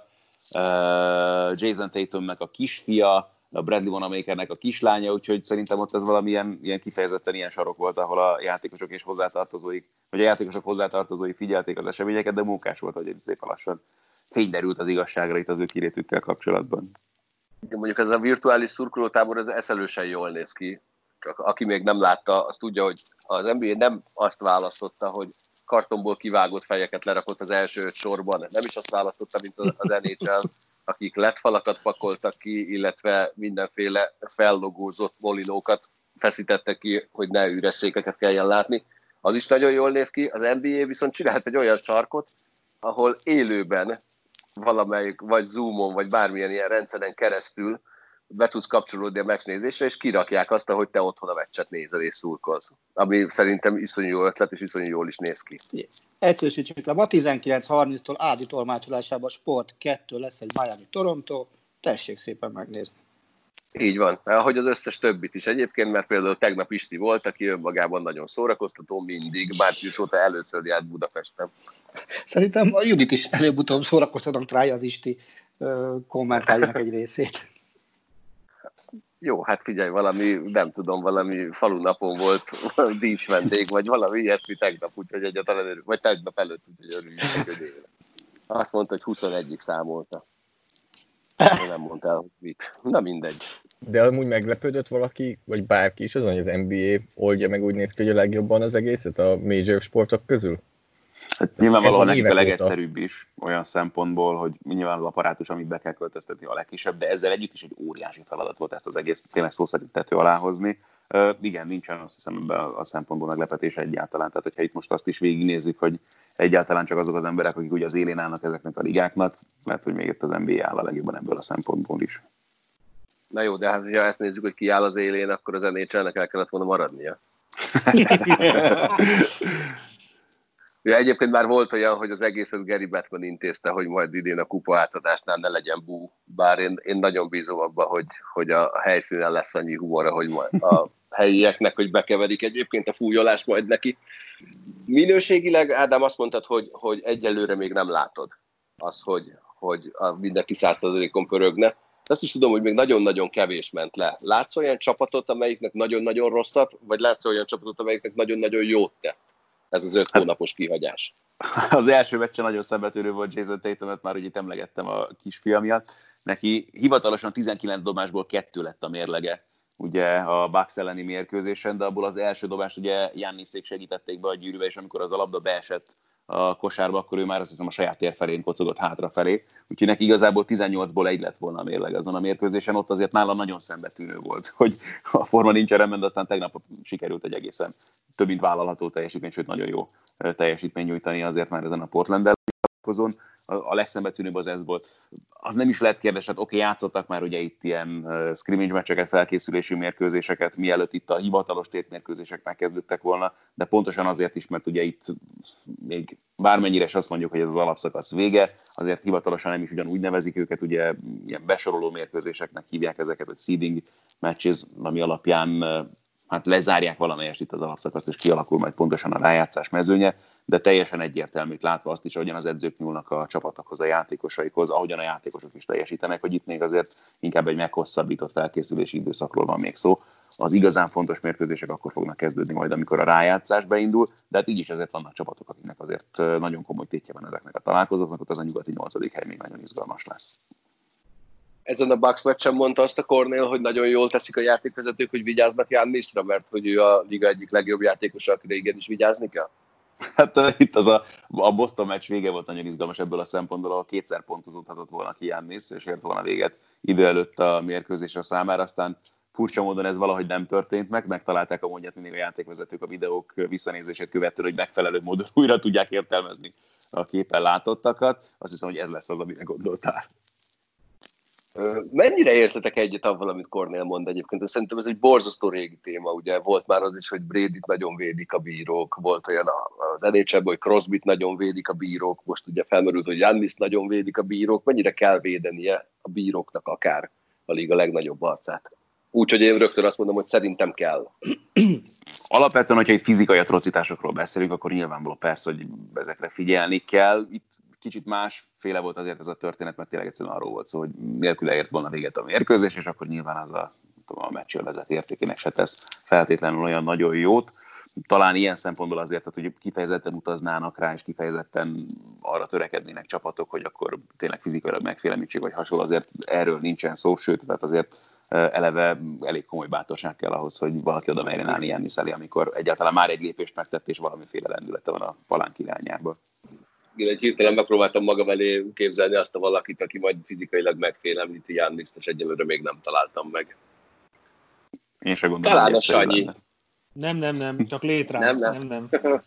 uh, Jason Tatumnek a kisfia, a Bradley Wanamakernek a kislánya, úgyhogy szerintem ott ez valamilyen ilyen kifejezetten ilyen sarok volt, ahol a játékosok és hozzátartozóik, vagy a játékosok hozzátartozói figyelték az eseményeket, de munkás volt, hogy szépen lassan fény derült az igazságra itt az ő kirétükkel kapcsolatban. Mondjuk ez a virtuális szurkolótábor, ez eszelősen jól néz ki. Csak aki még nem látta, az tudja, hogy az en bé á nem azt választotta, hogy kartonból kivágott fejeket lerakott az első öt sorban. Nem is azt választotta, mint az en há el, akik ledfalakat pakoltak ki, illetve mindenféle fellogózott molinókat feszítettek ki, hogy ne üres székeket kelljen látni. Az is nagyon jól néz ki. Az en bé á viszont csinált egy olyan sarkot, ahol élőben valamelyik, vagy Zoomon, vagy bármilyen ilyen rendszeren keresztül be tudsz kapcsolódni a meccsnézésre, és kirakják azt, ahogy te otthon a meccset nézel és szurkolsz. Ami szerintem iszonyú jó ötlet, és iszonyú jól is néz ki. Egyszerűsítsük le, ma tizenkilenc harminctól Ádi tolmácsolásában Sport kettő lesz egy Miami-Toronto, tessék szépen megnézni. Így van, ahogy az összes többit is egyébként, mert például tegnap Isti volt, aki önmagában nagyon szórakoztató mindig, március óta először járt Budapesten. Szerintem a Judit is előbb-utóbb szórakoztatónak rája az Isti kommentárjának egy részét. Jó, hát figyelj, valami, nem tudom, valami falunapon volt dícs vendég, vagy valami ilyesmi tegnap, úgyhogy egyáltalán örül, vagy tegnap előtt, úgyhogy örüljük, hogy éve. Azt mondta, hogy huszonegyig számolta. Nem mondtál, hogy mit. Na mindegy. De amúgy meglepődött valaki, vagy bárki is azon, hogy az en bé á oldja meg úgy néz ki, hogy a legjobban az egészet a major sportok közül? Hát nyilvánvalóan nekik a legegyszerűbb is olyan szempontból, hogy nyilván az apparátus, amit be kell költöztetni, a legkisebb, de ezzel együtt is egy óriási feladat volt ezt az egész tényleg szó szerint tető alá hozni. Uh, igen, nincsen azt hiszem ebben a szempontból meglepetés egyáltalán. Tehát, hogyha itt most azt is végignézzük, hogy egyáltalán csak azok az emberek, akik ugye az élén állnak ezeknek a ligáknak, mert hogy még itt az en bé á áll a legjobban ebből a szempontból is. Na jó, de hát, ha ezt nézzük, hogy ki áll az élén, akkor az en há el-nek el kellett volna maradnia. Ja, egyébként már volt olyan, hogy az egészet Gary Bettman intézte, hogy majd idén a kupa átadásnál ne legyen bú, bár én, én nagyon bízom abban, hogy, hogy a helyszínen lesz annyi humora, hogy majd a helyieknek, hogy bekeverik egyébként a fújolást majd neki. Minőségileg, Ádám, azt mondtad, hogy, hogy egyelőre még nem látod az, hogy, hogy a mindenki száz százalékon pörögne. Azt is tudom, hogy még nagyon-nagyon kevés ment le. Látsz olyan csapatot, amelyiknek nagyon-nagyon rosszat, vagy látsz olyan csapatot, amelyiknek nagyon-nagyon jót tett? Ez az öt hónapos kihagyás. Az első meccsen nagyon szembetűnő volt Jason Tatumot, már ugye emlegettem a kisfia miatt. Neki hivatalosan tizenkilenc dobásból kettő lett a mérlege, ugye a Bucks elleni mérkőzésen, de abból az első dobást ugye Giannisék segítették be a gyűrűbe, és amikor az a labda beesett a kosárba, akkor ő már azt hiszem a saját tér felén kocogott hátrafelé. Úgyhogy neki igazából tizennyolcból egy lett volna a mérleg azon a mérkőzésen, ott azért nála nagyon szembetűnő volt, hogy a forma nincs rendben, de aztán tegnap sikerült egy egészen több mint vállalható teljesítmény, sőt nagyon jó teljesítmény nyújtani azért már ezen a Portlanddel találkozón. A legszembetűnőbb az ez volt. Az nem is lehet kérdés, hát oké, okay, játszottak már ugye itt ilyen uh, scrimmage meccseket, felkészülési mérkőzéseket, mielőtt itt a hivatalos tétmérkőzések megkezdődtek volna, de pontosan azért is, mert ugye itt még bármennyire is azt mondjuk, hogy ez az alapszakasz vége, azért hivatalosan nem is ugyanúgy nevezik őket, ugye ilyen besoroló mérkőzéseknek hívják ezeket, hogy seeding matches, ami alapján uh, hát lezárják valamelyest itt az alapszakaszt, és kialakul majd pontosan a rájátszás mezőnye, de teljesen egyértelműt látva azt is, ahogyan az edzők nyúlnak a csapatokhoz, a játékosaikhoz, ahogyan a játékosok is teljesítenek, hogy itt még azért inkább egy meghosszabbított felkészülési időszakról van még szó. Az igazán fontos mérkőzések akkor fognak kezdődni majd, amikor a rájátszás beindul, de hát így is azért vannak csapatok, akiknek azért nagyon komoly tétje van ezeknek a találkozóknak, ott az a nyugati nyolcadik hely még nagyon izgalmas lesz. Ezen a Bucks meccsen mondta azt a Cornél, hogy nagyon jól teszik a játékvezetők, hogy vigyáznak Giannisra, mert hogy ő a liga egyik legjobb játékosa, akire igenis vigyázni kell? Hát uh, itt az a, a Boston meccs vége volt nagyon izgalmas ebből a szempontból, ahol kétszer pontozódhatott volna ki Giannis, és ért volna véget idő előtt a mérkőzésre számára, aztán furcsa módon ez valahogy nem történt meg, megtalálták a mondját mindig a játékvezetők a videók visszanézését követően, hogy megfelelő módon újra tudják értelmezni a képen látottakat. Azt hiszem, hogy ez lesz az, amire gondoltál. Mennyire értetek egyet avval, amit Cornél mond egyébként? Szerintem ez egy borzasztó régi téma, ugye volt már az is, hogy Bradyt nagyon védik a bírók, volt olyan az en há el-ben, hogy Crosbyt nagyon védik a bírók, most ugye felmerült, hogy Giannis nagyon védik a bírók, mennyire kell védenie a bíróknak akár a liga legnagyobb arcát? Úgyhogy én rögtön azt mondom, hogy szerintem kell. Alapvetően, hogyha itt fizikai atrocitásokról beszélünk, akkor nyilvánvaló persze, hogy ezekre figyelni kell. Itt kicsit másféle volt azért ez a történet, mert tényleg egyszerűen arról volt szó, hogy nélküle ért volna véget a mérkőzés, és akkor nyilván az a, a meccsélvezet értékének se tesz feltétlenül olyan nagyon jót. Talán ilyen szempontból azért, hogy kifejezetten utaznának rá, és kifejezetten arra törekednének csapatok, hogy akkor tényleg fizikailag megfélemlítség vagy hasonló, azért erről nincsen szó, sőt, tehát azért eleve elég komoly bátorság kell ahhoz, hogy valaki oda merjen állni Giannis elé, amikor egyáltalán már egy lépést megtett, és valamiféle lendülete van a palánk irányába. Én egy hirtelen megpróbáltam magam elé képzelni azt a valakit, aki majd fizikailag megfélemlíti Giannist, és egyelőre még nem találtam meg. Én sem gondolom. Talán a Sanyi. Nem, nem, nem, csak létre. Nem, nem. nem, nem.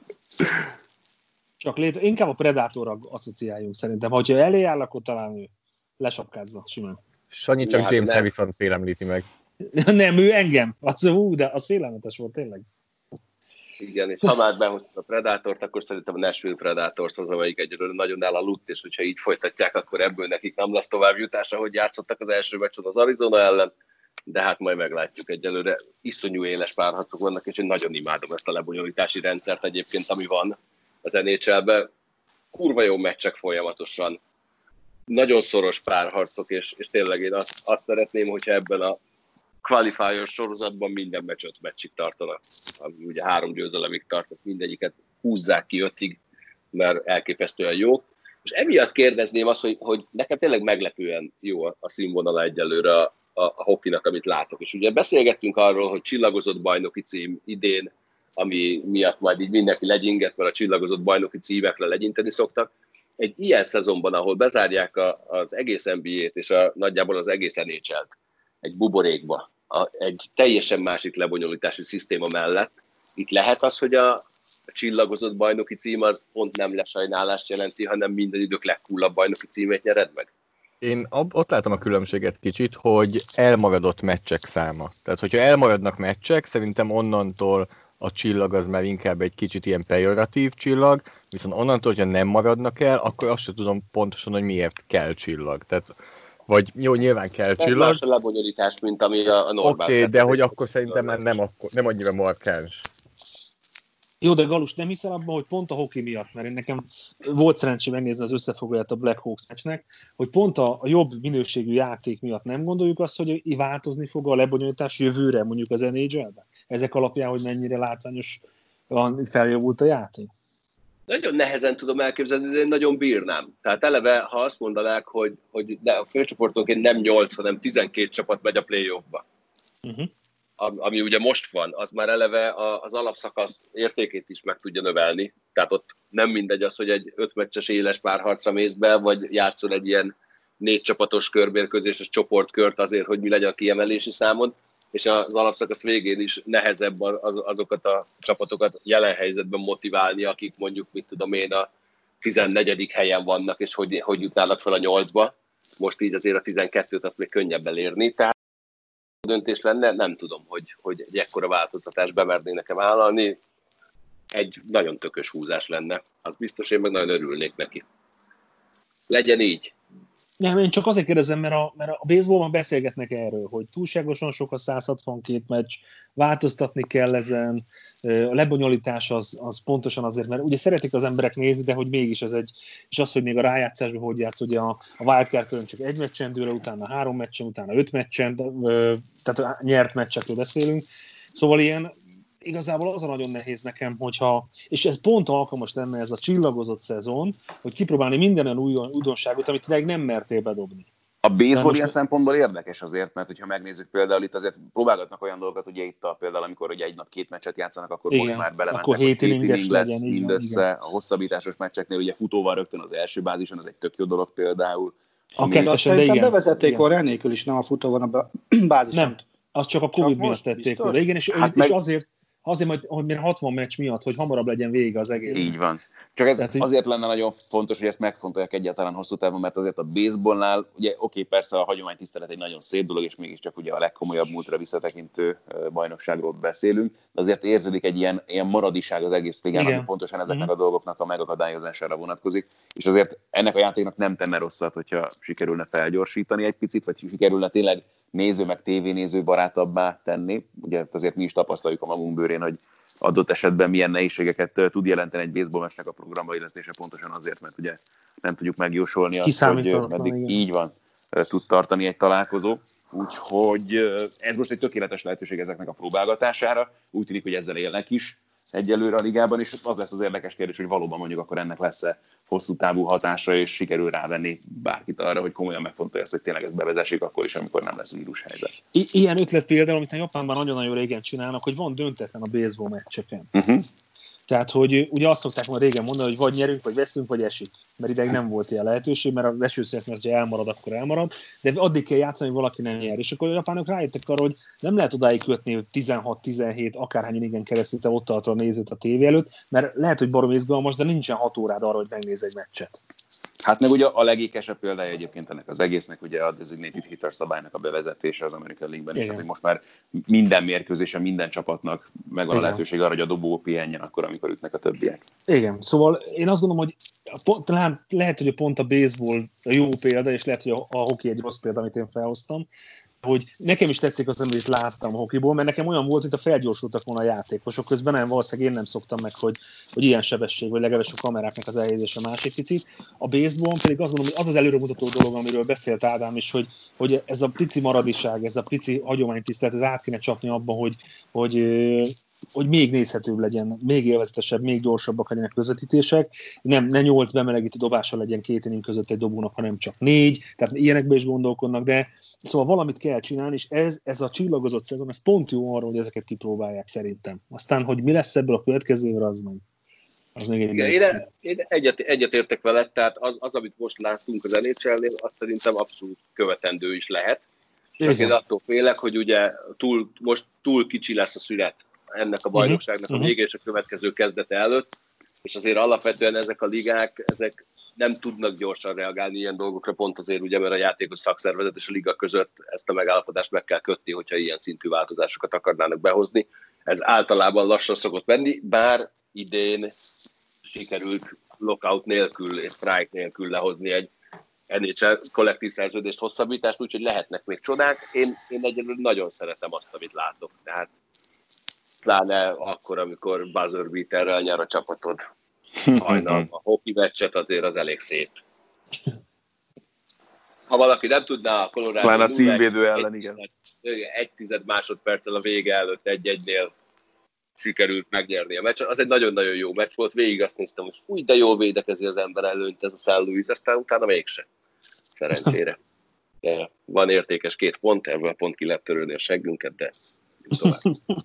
Csak létre. Inkább a Predatorra asszociáljunk szerintem. Ha elé áll, akkor talán ő lesapkázza simán. Sanyi csak James Harrison félemlíti meg. Nem, ő engem. Az, ú, de az félelmetes volt, tényleg. Igen, és ha már behoztam a Predátort, akkor szerintem a Nashville Predators az, amelyik egyről nagyon elaludt, és hogyha így folytatják, akkor ebből nekik nem lesz tovább jutása, hogy játszottak az első meccsen az Arizona ellen, de hát majd meglátjuk egyelőre. Iszonyú éles párharcok vannak, és én nagyon imádom ezt a lebonyolítási rendszert egyébként, ami van az en há el-ben. Kurva jó meccsek folyamatosan, nagyon szoros párharcok, és, és tényleg én azt, azt szeretném, hogyha ebben a qualifier sorozatban minden meccs öt meccsig tartanak, ami ugye három győzelemig tartott, mindegyiket húzzák ki ötig, mert elképesztően jó. És emiatt kérdezném azt, hogy, hogy nekem tényleg meglepően jó a, a színvonala egyelőre a, a, a hokinak, amit látok. És ugye beszélgettünk arról, hogy csillagozott bajnoki cím idén, ami miatt majd így mindenki legyinget, mert a csillagozott bajnoki címekre legyinteni szoktak. Egy ilyen szezonban, ahol bezárják a, az egész en bé á-t és a, nagyjából az egész en há el-t egy buborékba, a, egy teljesen másik lebonyolítási szisztéma mellett, itt lehet az, hogy a, a csillagozott bajnoki cím az pont nem lesajnálást jelenti, hanem minden idők legcoolabb bajnoki címét nyered meg? Én ott látom a különbséget kicsit, hogy elmaradott meccsek száma. Tehát, hogyha elmaradnak meccsek, szerintem onnantól a csillag az már inkább egy kicsit ilyen pejoratív csillag, viszont onnantól, hogyha nem maradnak el, akkor azt sem tudom pontosan, hogy miért kell csillag. Tehát, vagy jó, nyilván kell Ez csillag. más a lebonyolítás, mint ami a, a normál. Oké, okay, de hogy akkor szerintem már nem, akkor, nem annyira markáns. Jó, de Galus, nem hiszel abban, hogy pont a hoki miatt, mert én nekem volt szerencsém megnézni az összefoglalóját a Black Hawks meccsnek, hogy pont a, a jobb minőségű játék miatt nem gondoljuk azt, hogy változni fog a lebonyolítás jövőre, mondjuk az en há el-ben? Ezek alapján, hogy mennyire látványosan feljavult a játék? Nagyon nehezen tudom elképzelni, de én nagyon bírnám. Tehát eleve, ha azt mondanák, hogy, hogy de a főcsoportonként nem nyolc, hanem tizenkét csapat megy a playoffba. Uh-huh. Ami ugye most van, az már eleve az alapszakasz értékét is meg tudja növelni. Tehát ott nem mindegy az, hogy egy öt meccses éles párharcra mész be, vagy játszol egy ilyen négy csapatos körmérkőzéses csoportkört azért, hogy mi legyen a kiemelési számon, és az alapszakasz végén is nehezebb az, azokat a csapatokat jelen helyzetben motiválni, akik mondjuk, mit tudom én, a tizennegyedik helyen vannak, és hogy, hogy jutnának fel a nyolcba. Most így azért a tizenkettőt azt még könnyebb elérni. Tehát döntés lenne, nem tudom, hogy, hogy egy ekkora változtatást bemerné nekem vállalni. Egy nagyon tökös húzás lenne. Az biztos, én meg nagyon örülnék neki. Legyen így. Nem, én csak azért kérdezem, mert a, mert a baseballban beszélgetnek erről, hogy túlságosan sok a száz hatvankét meccs, változtatni kell ezen, a lebonyolítás az, az pontosan azért, mert ugye szeretik az emberek nézni, de hogy mégis ez egy, és az, hogy még a rájátszásban hogy játsz, ugye a, a wildcard-on csak egy meccsen dől, utána három meccsen, utána öt meccsen, tehát a nyert meccsekről beszélünk, szóval ilyen igazából az a nagyon nehéz nekem, hogyha, és ez pont alkalmas lenne ez a csillagozott szezon, hogy kipróbálni minden olyan új, újdonságot, amit tényleg nem mertél bedobni. A baseball ilyen szempontból érdekes azért, mert hogyha megnézzük például itt azért próbálgatnak olyan dolgokat, ugye itt a, például amikor ugye egy nap két meccset játszanak, akkor igen, most már belementek, akkor hét inning lesz mindössze, a hosszabbításos meccseknél ugye futóval rögtön az első bázison, az egy tök jó dolog például. A kettesen, de igen. Bevezették orra nélkül is, nem a futóval a bázison. Nem, az csak a Covid miatt tették oda, igen, és, hát és meg... azért, azért majd, hogy miért hatvan meccs miatt, hogy hamarabb legyen vége az egész. Így van. Csak ez Tehát, azért lenne nagyon fontos, hogy ezt megfontolják egyáltalán hosszú távon, mert azért a baseballnál, ugye oké, persze a hagyománytisztelet egy nagyon szép dolog, és mégiscsak ugye a legkomolyabb múltra visszatekintő bajnokságról beszélünk, de azért érződik egy ilyen, ilyen maradiság az egész ligán, ami pontosan ezeknek mm-hmm. a dolgoknak a megakadályozására vonatkozik, és azért ennek a játéknak nem tenne rosszat, hogyha sikerülne felgyorsítani egy picit, vagy sikerülne tényleg néző meg tévénéző barátabbá tenni. Ugye azért mi is tapasztaljuk a magunk bőrén, hogy adott esetben milyen nehézségeket tud jelenteni egy baseball meccsnek a programba illesztése, pontosan azért, mert ugye nem tudjuk megjósolni azt, hogy meddig így van, tud tartani egy találkozó. Úgyhogy ez most egy tökéletes lehetőség ezeknek a próbálgatására. Úgy tűnik, hogy ezzel élnek is egyelőre a ligában, és az lesz az érdekes kérdés, hogy valóban mondjuk akkor ennek lesz-e hosszú távú hatása, és sikerül rávenni bárkit arra, hogy komolyan megfontolja azt, hogy tényleg ezt bevezessék akkor is, amikor nem lesz vírushelyzet. I- ilyen ötlet például, amit a Japánban nagyon-nagyon régen csinálnak, hogy van döntetlen a baseball meccseken. Uh-huh. Tehát, hogy ugye azt szokták már régen mondani, hogy vagy nyerünk, vagy veszünk, vagy esik. Mert ideig nem volt ilyen lehetőség, mert az esőszert, mert ha elmarad, akkor elmarad, de addig kell játszani, hogy valaki nem nyer. És akkor a japánok rájöttek arra, hogy nem lehet odáig kötni, hogy tizenhat tizenhét, akárhány igen keresztül te ott tartod a nézőt a tévé előtt, mert lehet, hogy barom izgalmas, de nincsen hat órád arra, hogy megnéz egy meccset. Hát meg ugye a legékesebb példája egyébként ennek az egésznek, ugye a designated hitter szabálynak a bevezetése az American League-ben is, tehát, hogy most már minden mérkőzésen, minden csapatnak megvan Igen. a lehetőség arra, hogy a dobó pihenjen akkor, amikor ütnek a többiek. Igen, szóval én azt gondolom, hogy pont, lehet, hogy pont a baseball a jó példa, és lehet, hogy a, a hoki egy rossz példa, amit én felhoztam, hogy nekem is tetszik az, amit láttam a hokiból, mert nekem olyan volt, mint a felgyorsultak volna a játékosok, közben nem, valószínűleg én nem szoktam meg, hogy, hogy ilyen sebesség, vagy legalábbis a kameráknak az elhelyezése másik picit. A baseball pedig azt gondolom, hogy az az előremutató dolog, amiről beszélt Ádám is, hogy, hogy ez a pici maradiság, ez a pici hagyománytisztelet, ez át kéne csapni abban, hogy, hogy hogy még nézhetőbb legyen, még élvezetesebb, még gyorsabbak legyenek közvetítések. Nem, ne nyolc bemelegítő dobása legyen két inning között egy dobónak, hanem csak négy. Tehát ilyenekbe is gondolkodnak, de szóval valamit kell csinálni, és ez, ez a csillagozott szezon, ez pont jó arra, hogy ezeket kipróbálják szerintem. Aztán, hogy mi lesz ebből a következő évre, az meg. Az még egy Igen, én, én egyet, egyet értek veled, tehát az, az, amit most láttunk az en há el-nél, azt szerintem abszolút követendő is lehet. Csak Igen. én attól félek, hogy ugye túl, most túl kicsi lesz a szület ennek a bajnokságnak uh-huh. a vége és a következő kezdete előtt, és azért alapvetően ezek a ligák, ezek nem tudnak gyorsan reagálni ilyen dolgokra, pont azért ugye, mert a játékos szakszervezet és a liga között ezt a megállapodást meg kell kötni, hogyha ilyen szintű változásokat akarnának behozni. ez általában lassan szokott menni, bár idén sikerült lockout nélkül és strike nélkül lehozni egy en há el kollektív szerződést, hosszabbítást, úgyhogy lehetnek még csodák. Én, én egyelőre nagyon szeretem azt, amit látok. Tehát pláne akkor, amikor buzzer beaterrel nyer a csapatod hajnal. A hoki meccset azért az elég szép. Ha valaki nem tudná, a Colorado pláne a címvédő ellen, egy, igen. Egy tized másodperccel a vége előtt egy-egynél sikerült megnyerni a meccset. Az egy nagyon-nagyon jó meccs volt. Végig azt néztem, hogy fúj, de jól védekezi az ember előtt ez a Saint Louis, aztán utána mégse. Szerencsére. De van értékes két pont, ebből pont ki lehet törölni a seggünket, de tovább.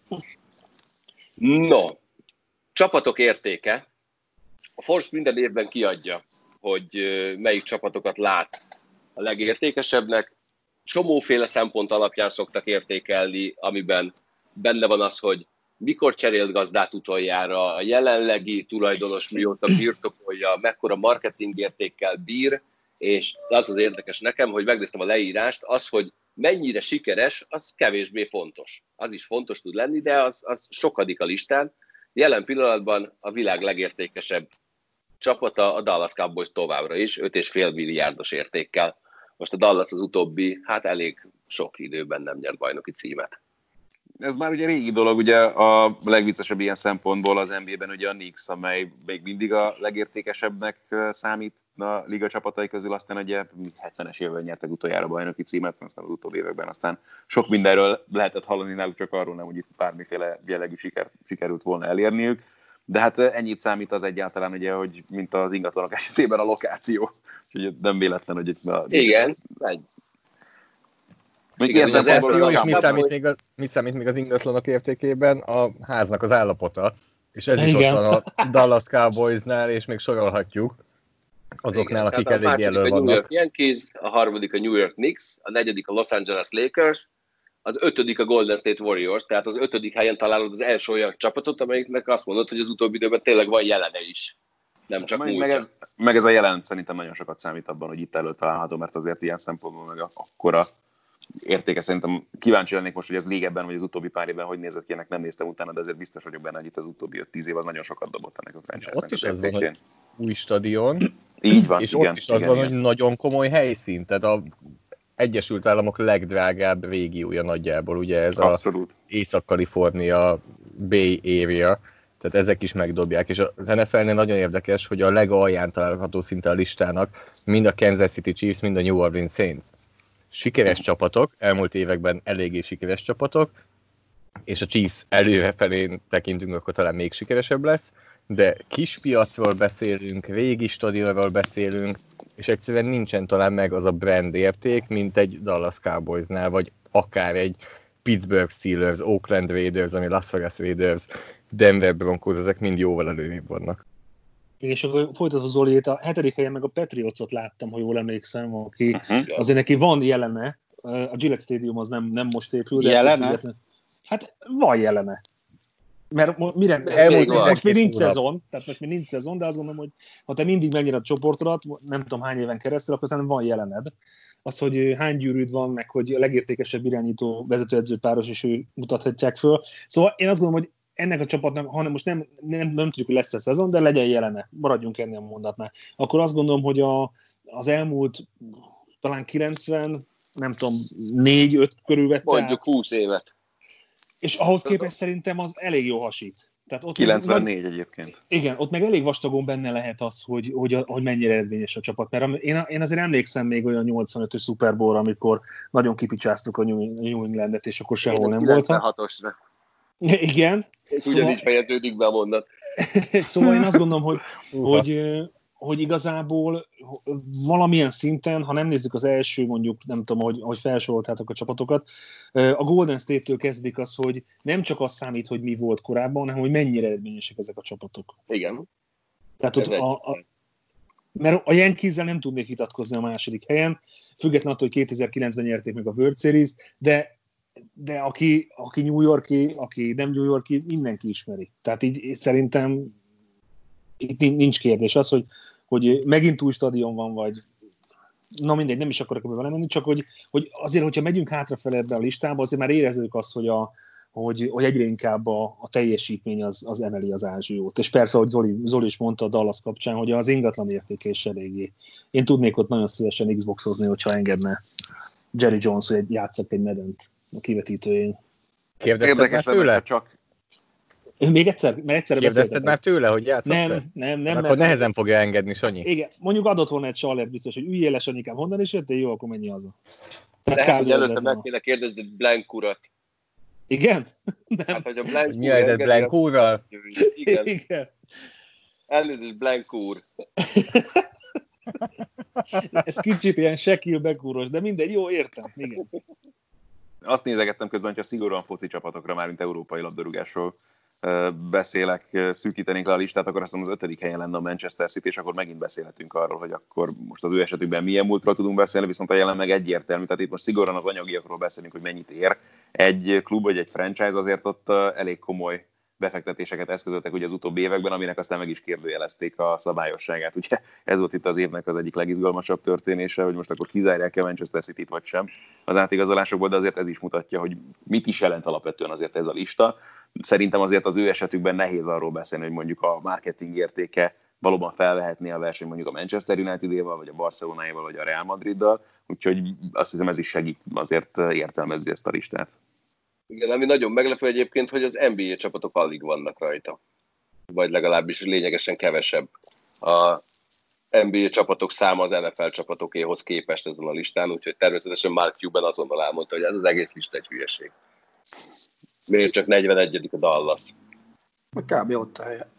No, csapatok értéke. A Force minden évben kiadja, hogy melyik csapatokat lát a legértékesebbnek. Csomóféle szempont alapján szoktak értékelni, amiben benne van az, hogy mikor cserélt gazdát utoljára, a jelenlegi tulajdonos mióta birtokolja, mekkora marketing értékkel bír, és az az érdekes nekem, hogy megnéztem a leírást, az, hogy mennyire sikeres, az kevésbé fontos. Az is fontos tud lenni, de az, az sokadik a listán. Jelen pillanatban a világ legértékesebb csapata a Dallas Cowboys továbbra is, öt egész öt milliárdos értékkel. Most a Dallas az utóbbi, hát elég sok időben nem nyert bajnoki címet. Ez már ugye régi dolog, ugye a legviccesebb ilyen szempontból az en bé á-ben ugye a Knicks, amely még mindig a legértékesebbnek számít a liga csapatai közül, aztán ugye hetvenes évvel nyertek utoljára bajnoki címet, aztán az utóbbi években aztán sok mindenről lehetett hallani náluk, csak arról nem, hogy itt bármiféle jellegű siker, sikerült volna elérniük. De hát ennyit számít az egyáltalán, ugye, hogy mint az ingatlanok esetében a lokáció. Úgyhogy nem véletlen, hogy itt a... Igen, egy... Igen, az ez jó, és mi számít, még a, mi számít még az ingatlanok értékében? A háznak az állapota. És ez is igen. Ott van a Dallas Cowboysnál, és még sorolhatjuk azoknál, igen, akik elég elő vannak. A New York Yankees, a harmadik a New York Knicks, a negyedik a Los Angeles Lakers, az ötödik a Golden State Warriors, tehát az ötödik helyen találod az első olyan csapatot, amelyiknek azt mondod, hogy az utóbbi időben tényleg van jelene is. Nem csak meg, meg, ez, meg ez a jelen szerintem nagyon sokat számít abban, hogy itt elő található, mert azért ilyen szempontból meg akkora értéke. Szerintem kíváncsi lennék most, hogy ez régebben, vagy az utóbbi pár évben hogy nézett ki, ennek nem néztem utána, de azért biztos vagyok benne, hogy itt az utóbbi öt-tíz év az nagyon sokat dobott ennek a franchise-nek. Ott is az van, hogy új stadion, így van, és igen, ott is az igen, van, igen. hogy nagyon komoly helyszín, tehát a Egyesült Államok legdrágább régiója nagyjából, ugye ez abszolút. A Észak-Kalifornia Bay Area, tehát ezek is megdobják, és az en ef el-nél nagyon érdekes, hogy a legalján található szinte a listának mind a Kansas City Chiefs, mind a New Orleans Saints. Sikeres csapatok, elmúlt években eléggé sikeres csapatok, és a Chiefs előrefelé tekintünk, akkor talán még sikeresebb lesz, de kis piacról beszélünk, régi stadionról beszélünk, és egyszerűen nincsen talán meg az a brand érték, mint egy Dallas Cowboysnál, vagy akár egy Pittsburgh Steelers, Oakland Raiders, ami Las Vegas Raiders, Denver Broncos, ezek mind jóval előrébb vannak. És akkor folytatva Zoliét, a hetedik helyen meg a Patriotsot láttam, ha jól emlékszem, aki uh-huh. azért neki van jelene, a Gillette Stadium az nem, nem most épül. Jelene? Hát van jelene. Mert mire, elmúlt, most még nincs szezon, tehát most még nincs szezon, de azt gondolom, hogy ha te mindig megnyered a csoportodat, nem tudom hány éven keresztül, akkor aztán van jelened. Az, hogy hány gyűrűd van, meg hogy a legértékesebb irányító vezetőedző páros is ő mutathatják föl. Szóval én azt gondolom, hogy ennek a csapatnak, hanem most nem, nem, nem tudjuk, hogy lesz a szezon, de legyen jelene, maradjunk ennél a mondatnál. Akkor azt gondolom, hogy a, az elmúlt talán kilencven, nem tudom, négy-öt körül vette mondjuk húsz évet. És ahhoz képest szerintem az elég jó hasít. Tehát ott kilencvennégy meg, egyébként. Igen, ott meg elég vastagon benne lehet az, hogy, hogy, hogy mennyire eredményes a csapat. Mert én, én azért emlékszem még olyan nyolcvanötös Super Bowl, amikor nagyon kipicsáztuk a New Englandet, és akkor sehol nem voltam. kilencvenhatosra. Igen. És ugyanígy szóval... fejeződik be a mondat. Szóval én azt gondolom, hogy, hogy, hogy igazából valamilyen szinten, ha nem nézzük az első, mondjuk, nem tudom, hogy, hogy felsoroltátok a csapatokat, a Golden State-től kezdik az, hogy nem csak az számít, hogy mi volt korábban, hanem hogy mennyire eredményesek ezek a csapatok. Igen. Tehát ott a, a, mert a Yankees-zel nem tudnék vitatkozni a második helyen, függetlenül attól, hogy kétezer-kilencben nyerték meg a World Series, de de aki, aki New Yorki, aki nem New Yorki, mindenki ismeri. Tehát így szerintem itt nincs kérdés az, hogy, hogy megint új stadion van, vagy na mindegy, nem is akarok ebben belemenni, csak hogy, hogy azért, hogyha megyünk hátrafele ebbe a listába, azért már érezzük azt, hogy a, hogy, hogy egyre inkább a, a teljesítmény az, az emeli az ázsiót. És persze, ahogy Zoli, Zoli is mondta a Dallas kapcsán, hogy az ingatlan értéke is eléggé. Én tudnék ott nagyon szívesen Xboxozni, hogyha engedne Jerry Jones, hogy játsszak egy medent a kivetítőjén. Kérdezted már tőle? Csak... Még egyszer, mert egyszer Kérdezted már tőle, hogy játszott? Nem, nem, nem. nem akkor nehezen fogja engedni, Sanyi. Igen, mondjuk adott volna egy salert biztos, hogy üljél le, Sanyikám, honnan is jöttél, jó, akkor menj haza. Tehát hogy előtte meg kéne kérdezni Blank urat. Igen? Nem. Hát, hogy a Blank mi ez Blank úrral? Igen. Igen. Elnézést, Blank úr. Ez kicsit ilyen Shaquille Becúros, de mindegy, jó, értem. Igen. Azt nézegettem közben, hogyha szigorúan foci csapatokra, már mint európai labdarúgásról beszélek, szűkítenénk le a listát, akkor azt mondom, az ötödik helyen lenne a Manchester City, és akkor megint beszélhetünk arról, hogy akkor most az ő esetükben milyen múltról tudunk beszélni, viszont a jelen meg egyértelmű, tehát itt most szigorúan az anyagiakról beszélünk, hogy mennyit ér egy klub vagy egy franchise, azért ott elég komoly befektetéseket eszközöltek ugye az utóbbi években, aminek aztán meg is kérdőjelezték a szabályosságát. Ugye ez volt itt az évnek az egyik legizgalmasabb történése, hogy most akkor kizárják-e Manchester Cityt vagy sem az átigazolásokból, de azért ez is mutatja, hogy mit is jelent alapvetően azért ez a lista. Szerintem azért az ő esetükben nehéz arról beszélni, hogy mondjuk a marketing értéke valóban felvehetné a verseny mondjuk a Manchester United-éval, vagy a Barcelonáéval, vagy a Real Madriddal, úgyhogy azt hiszem ez is segít azért értelmezni ezt a listát. Igen, ami nagyon meglepő egyébként, hogy az en bé á csapatok alig vannak rajta. Vagy legalábbis lényegesen kevesebb. A en bé á csapatok száma az en ef el csapatokéhoz képest ezen a listán, úgyhogy természetesen Mark Cuban azonnal elmondta, hogy ez az egész lista egy hülyeség. Miért csak negyvenegyedik a Dallas? Kb. Ott a helye.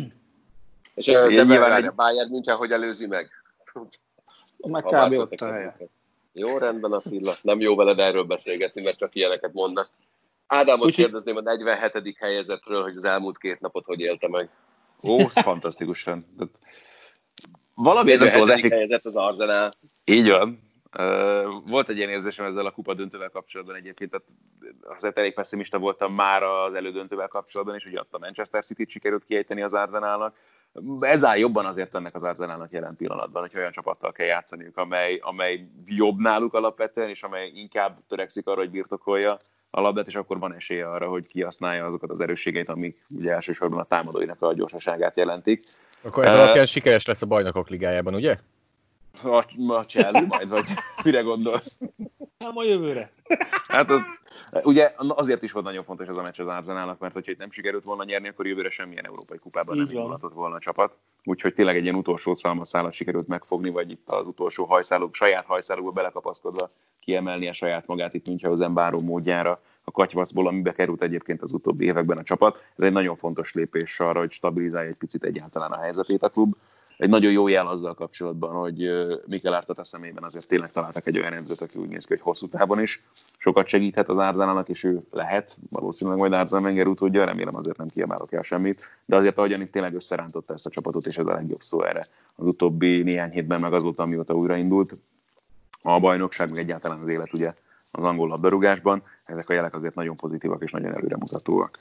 És de nyilván a Bayern nincsen, hogy előzi meg. Meg kb. Ott a helye. Jó, rendben a Filla. Nem jó veled erről beszélgetni, mert csak ilyeneket mondasz. Ádámot Úgy, kérdezném a negyvenhetedik helyezetről, hogy az elmúlt két napot hogy élte meg. Ó, fantasztikusan. Valamiért nem tudom, az negyvenhetedik helyezett az Arsenal. Így van. Volt egy ilyen érzésem ezzel a kupa döntővel kapcsolatban egyébként, tehát azért elég pessimista voltam már az elődöntővel kapcsolatban, és ugye ott a Manchester City-t sikerült kiejteni az Arsenalnak. Ez áll jobban azért ennek az Arsenalnak jelen pillanatban, hogy olyan csapattal kell játszaniuk, amely, amely jobb náluk alapvetően, és amely inkább törekszik arra, hogy birtokolja a labdát, és akkor van esélye arra, hogy kihasználja azokat az erősségeit, amik ugye elsősorban a támadóinak a gyorsaságát jelentik. Akkor ez uh, alapján sikeres lesz a Bajnokok Ligájában, ugye? A, a Chelsea majd, vagy mire gondolsz? Nem a jövőre. Hát az, ugye azért is volt nagyon fontos ez a meccs az Arsenalnak, mert hogyha itt nem sikerült volna nyerni, akkor jövőre semmilyen európai kupában nem indulhatott volna a csapat. Úgyhogy tényleg egy ilyen utolsó szalmaszálat sikerült megfogni, vagy itt az utolsó hajszáluk, saját hajszálukba belekapaszkodva kiemelni a saját magát itt Münchhausen báró módjára a katyvaszból, amibe került egyébként az utóbbi években a csapat. Ez egy nagyon fontos lépés arra, hogy stabilizálja egy picit egyáltalán a helyzetét a klub. Egy nagyon jó jel azzal kapcsolatban, hogy Mikel Arteta személyben azért tényleg találtak egy olyan edzőt, aki úgy néz ki, hogy hosszú távon is sokat segíthet az Arsenalnak, és ő lehet, valószínűleg majd Arsene Wenger utódja, remélem azért nem kiemálok el semmit, de azért ahogyan itt tényleg összerántotta ezt a csapatot, és ez a legjobb szó erre az utóbbi néhány hétben, meg azóta, amióta újraindult a bajnokság, meg egyáltalán az élet ugye az angol labdarúgásban, ezek a jelek azért nagyon pozitívak és nagyon előremutatóak.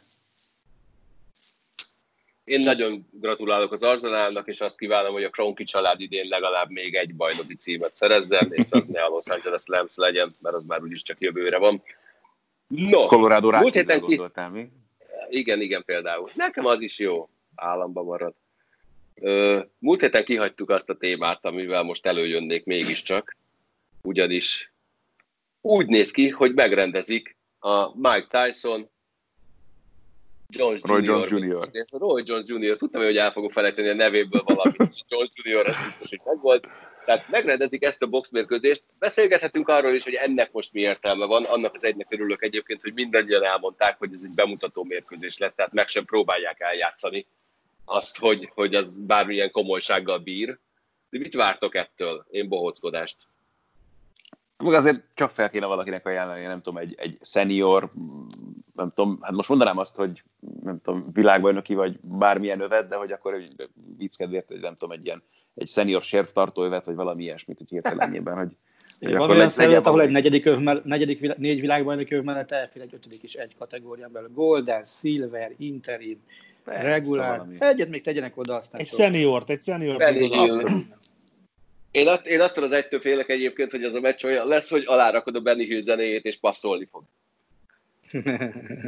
Én nagyon gratulálok az Arsenalnak, és azt kívánom, hogy a Kroenke család idén legalább még egy bajnoki címet szerezzen, és az ne a Los Angeles Rams legyen, mert az már úgyis csak jövőre van. No, Colorado Rockies-re gondoltál mi? Igen, igen, például. Nekem az is jó, államban marad. Múlt héten kihagytuk azt a témát, amivel most előjönnék mégiscsak, ugyanis úgy néz ki, hogy megrendezik a Mike Tyson, Jones Roy Jones junior Roy Jones junior Tudtam, hogy el fogok felejteni a nevéből valamit. Jones junior, ez biztos, hogy megvolt. Tehát megrendezik ezt a boxmérkőzést. Beszélgethetünk arról is, hogy ennek most mi értelme van. Annak az egynek örülök egyébként, hogy mindannyian elmondták, hogy ez egy bemutató mérkőzés lesz, tehát meg sem próbálják eljátszani azt, hogy, hogy az bármilyen komolysággal bír. De mit vártok ettől? Én bohóckodást. Meg azért csak fel kéne valakinek ajánlani, nem tudom, egy, egy senior, nem tudom, hát most mondanám azt, hogy nem tudom, világbajnoki vagy bármilyen övet, de hogy akkor vicc kedvéért, nem tudom, egy ilyen egy senior sérvtartó övet, vagy valami ilyesmit, hogy hirtelenjében, hogy... hogy van olyan szervezet, ahol egy negyedik, öv mellett, negyedik négy világbajnoki öv mellett elfér egy ötödik is egy kategórián belül. Golden, Silver, Interim, Persze, Regular, valami. Egyet még tegyenek oda aztán. Egy seniort, egy seniort. Én, att, én attól az egytől félek egyébként, hogy az a meccs olyan lesz, hogy alárakod a Benny Hill zenéjét és passzolni fog.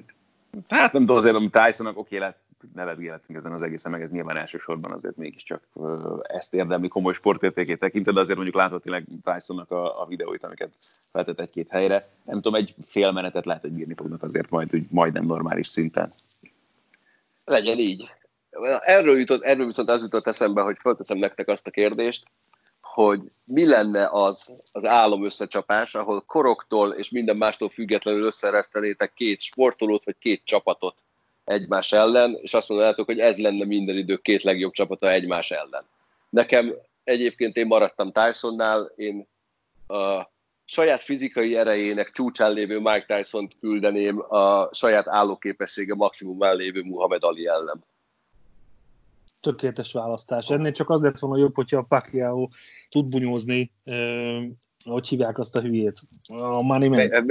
Hát nem tudom, azért, amit Tysonnak oké, lett, nevetgélhetünk ezen az egészen, meg ez nyilván elsősorban azért mégiscsak ezt érdemli komoly sportértékét tekintve, de azért mondjuk látod tényleg Tysonnak a, a videóit, amiket feltett egy-két helyre. Nem tudom, egy fél menetet lehet, hogy bírni fognak azért majd, úgy majdnem normális szinten. Legyen így. Erről, jutott, erről viszont az jutott eszembe, hogy felteszem nektek azt a kérdést, hogy mi lenne az az álom összecsapás, ahol koroktól és minden mástól függetlenül összeresztenétek két sportolót vagy két csapatot egymás ellen, és azt mondanátok, hogy ez lenne minden idők két legjobb csapata egymás ellen. Nekem egyébként én maradtam Tysonnál, én a saját fizikai erejének csúcsán lévő Mike Tysont küldeném a saját állóképessége maximumán lévő Muhammad Ali ellen. Tökéletes választás. Ennél csak az lett volna jobb, hogyha a Pacquiao tud bunyózni, eh, hogy hívják azt a hülyét. A Money Man.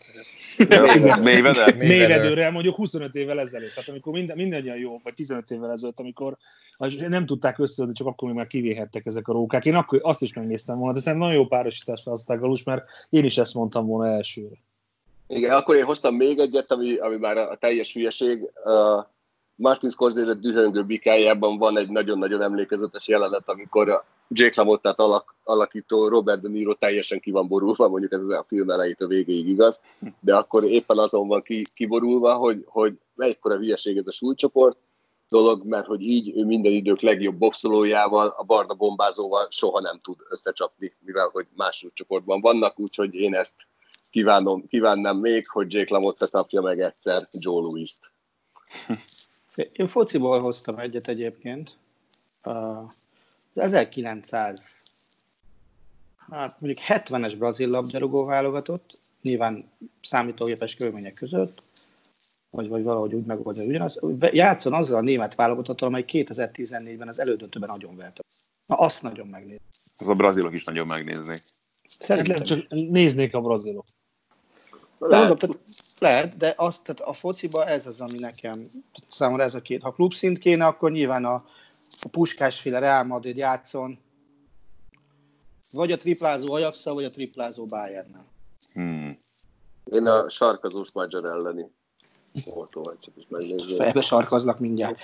Mélyvedőre, mondjuk huszonöt évvel ezelőtt. Tehát amikor minden, mindannyian jó, vagy tizenöt évvel ezelőtt, amikor nem tudták összeadni, csak akkor még már kivéhettek ezek a rókák. Én akkor azt is megnéztem volna, de szerintem nagyon jó párosítás választották Galus, mert én is ezt mondtam volna elsőre. Igen, akkor én hoztam még egyet, ami, ami már a teljes hülyeség. Uh, Martin Scorsese dühöngő bikájában van egy nagyon-nagyon emlékezetes jelenet, amikor a Jake LaMottát alak, alakító Robert De Niro teljesen ki van borulva, mondjuk ez a film elejétől végéig igaz, de akkor éppen azon van ki, kiborulva, hogy, hogy mekkora hülyeség ez a súlycsoport dolog, mert hogy így ő minden idők legjobb boxolójával, a barna bombázóval soha nem tud összecsapni, mivel hogy más súlycsoportban vannak, úgyhogy én ezt kívánom, kívánnám még, hogy Jake LaMotta kapja meg egyszer Joe Louis-t. Én fociból hoztam egyet egyébként. Az ezerkilencszáz, hát mondjuk hetvenes brazil labdarúgó válogatott, nyilván számítógépes körülmények között, vagy, vagy valahogy úgy megoldja ugyanaz. Játszon azzal a német válogatottal, amely kétezer-tizennégyben az elődöntőben nagyon verte. Na, azt nagyon megnézni. Az a brazilok is nagyon megnéznék. Szerintem hát csak néznék a brazilok. De mondom, tehát lehet, de azt, tehát a fociba ez az, ami nekem, számomra ez a két. Ha klubszint kéne, akkor nyilván a, a puskásféle Real Madrid játszon, vagy a triplázó Ajax-szal, vagy a triplázó Bayernnel. Hmm. Én a sarkazós Magyar elleni sportol vagy csak is megnézni. Fejbe sarkazlak mindjárt.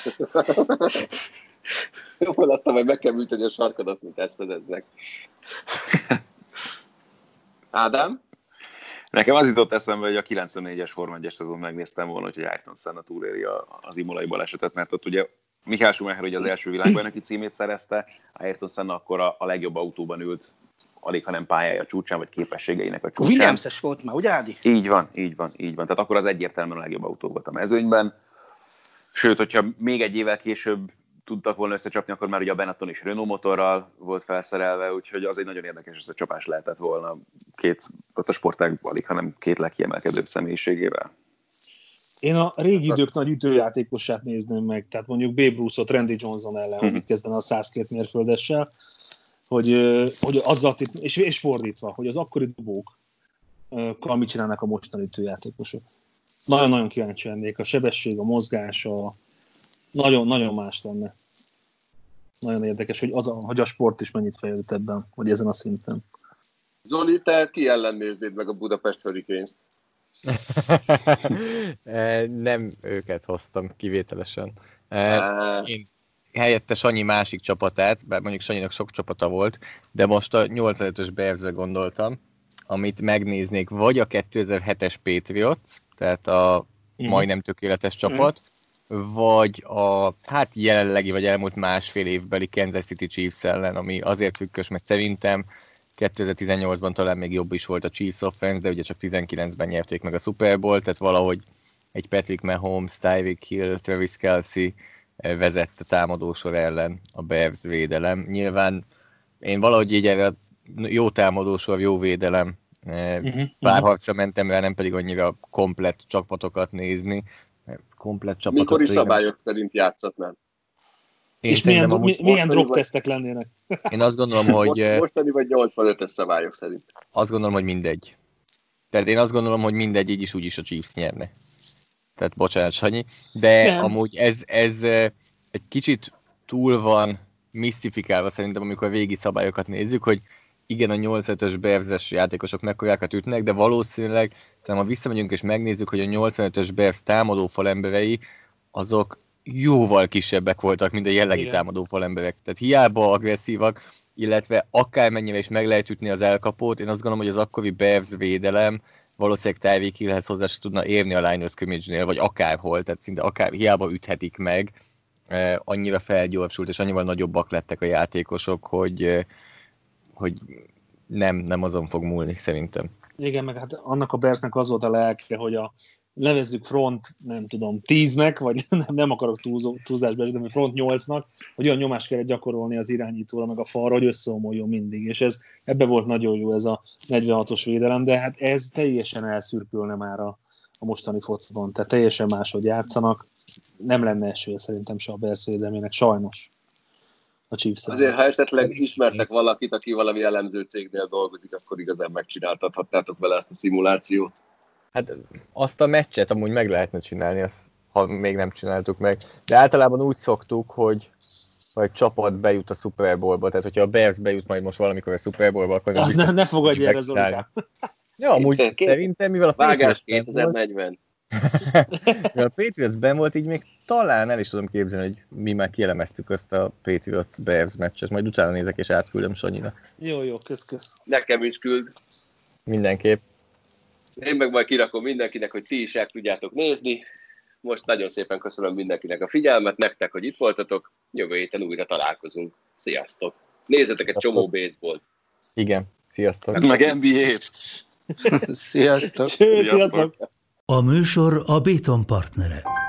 Jó, aztán majd meg kell műteni a sarkadat, mint ezt vezeznek. Ádám? Nekem az jutott eszembe, hogy a kilencvennégyes Forma egyes szezon megnéztem volna, hogy Ayrton Senna túléri az imolai balesetet, mert ott ugye Michael Schumacher ugye az első világbajnoki címét szerezte, Ayrton Senna akkor a, a legjobb autóban ült, alig, hanem pályája csúcsán, vagy képességeinek a csúcsán. Williams-es volt már, ugye Ádi? Így van, így van, így van. Tehát akkor az egyértelműen a legjobb autó volt a mezőnyben. Sőt, hogyha még egy évvel később tudtak volna összecsapni, akkor már ugye a Benetton is Renault motorral volt felszerelve, úgyhogy az egy nagyon érdekes összecsapás lehetett volna két, ott a sportág alig, hanem két legkiemelkedőbb személyiségével. Én a régi idők nagy ütőjátékosát nézném meg, tehát mondjuk Babe Ruth-ot Randy Johnson ellen, hogy itt kezdene a száz két mérföldessel, hogy, hogy azzal, és, és fordítva, hogy az akkori dobókkal mit csinálnak a mostani ütőjátékosok. Nagyon-nagyon kíváncsi lennék, a sebesség, a mozgás, a nagyon-nagyon más lenne. Nagyon érdekes, hogy, az a, hogy a sport is mennyit fejlődött ebben, vagy ezen a szinten. Zoli, te ki ellen néznéd meg a Budapest Hurricanes-t? Nem őket hoztam kivételesen. Én helyette Sanyi másik csapatát, bár mondjuk Sanyinak sok csapata volt, de most a nyolcvanötös Bearsre gondoltam, amit megnéznék vagy a kétezer-hetes Patriots, tehát a mm. majdnem tökéletes csapat, mm. vagy a hát jelenlegi vagy elmúlt másfél évbeli Kansas City Chiefs ellen, ami azért trükkös, mert szerintem kétezer-tizennyolcban talán még jobb is volt a Chiefs offense, de ugye csak tizenkilencben nyerték meg a Super Bowl, tehát valahogy egy Patrick Mahomes, Tyreek Hill, Travis Kelce vezette a támadósor ellen a Bears védelem. Nyilván én valahogy így erre jó támadósor, jó védelem párharcra mentem rá, nem pedig annyira komplett csapatokat nézni. Komplett csapatot. Mikor is szabályok szerint játszatnál? Én és milyen, amúgy, milyen drogtesztek lennének? Én azt gondolom, hogy... Mostani vagy nyolcvanötös szabályok szerint? Azt gondolom, hogy mindegy. Tehát én azt gondolom, hogy mindegy, így is úgyis a Chiefs nyerne. Tehát bocsánat, Sanyi. De nem. Amúgy ez, ez egy kicsit túl van misztifikálva szerintem, amikor a régi szabályokat nézzük, hogy igen, a nyolcvanötös Bears-es játékosok mekkorákat ütnek, de valószínűleg ha visszamegyünk és megnézzük, hogy a nyolcvanötös Bears támadó falemberei, azok jóval kisebbek voltak, mint a jellegi Igen. támadó falemberek. Tehát hiába agresszívak, illetve akármennyire is meg lehet ütni az elkapót, én azt gondolom, hogy az akkori Bears védelem valószínűleg Tyreek Hillhez hozzá se tudna érni a line of scrimmage-nél, vagy akárhol, tehát szinte akár hiába üthetik meg, eh, annyira felgyorsult, és annyival nagyobbak lettek a játékosok, hogy, eh, hogy nem, nem azon fog múlni, szerintem. Igen, meg hát annak a Bearsnek az volt a lelke, hogy a nevezzük front, nem tudom, tíznek, vagy nem, nem akarok túlzó, túlzásba, de front nyolcnak, hogy olyan nyomást kellett gyakorolni az irányítóra, meg a falra, hogy összeomoljon mindig, és ez, ebbe volt nagyon jó ez a negyvenhatos védelem, de hát ez teljesen elszürkülne már a, a mostani focban, tehát teljesen máshogy játszanak, nem lenne esélye szerintem se a Bears védelmének, sajnos. A Chiefs. Azért, ha esetleg ismertek valakit, aki valami elemző cégnél dolgozik, akkor igazán megcsináltathatnátok vele ezt a szimulációt. Hát azt a meccset amúgy meg lehetne csinálni, azt, ha még nem csináltuk meg. De általában úgy szoktuk, hogy ha egy csapat bejut a Super Bowlba, tehát hogyha a Bears bejut majd most valamikor a Super Bowlba, akkor... Az ne, ne fogadj erre, Zolikám. Ja, amúgy két, két, szerintem, mivel a Patriots kétezer-negyven. Mivel a Patriots ben volt, így még talán el is tudom képzelni, hogy mi már kielemeztük azt a Patriots Bears meccset, majd utána nézek és átküldöm Sanyinak. Jó, jó, kösz-kösz. Nekem is küld. Mindenképp. Én meg majd kirakom mindenkinek, hogy ti is el tudjátok nézni. Most nagyon szépen köszönöm mindenkinek a figyelmet, nektek, hogy itt voltatok. Jövő héten újra találkozunk. Sziasztok! Nézzetek egy csomó baseballt. Igen, sziasztok! Meg en bé á-t! Sziasztok! Sziasztok! A műsor a Béton partnere.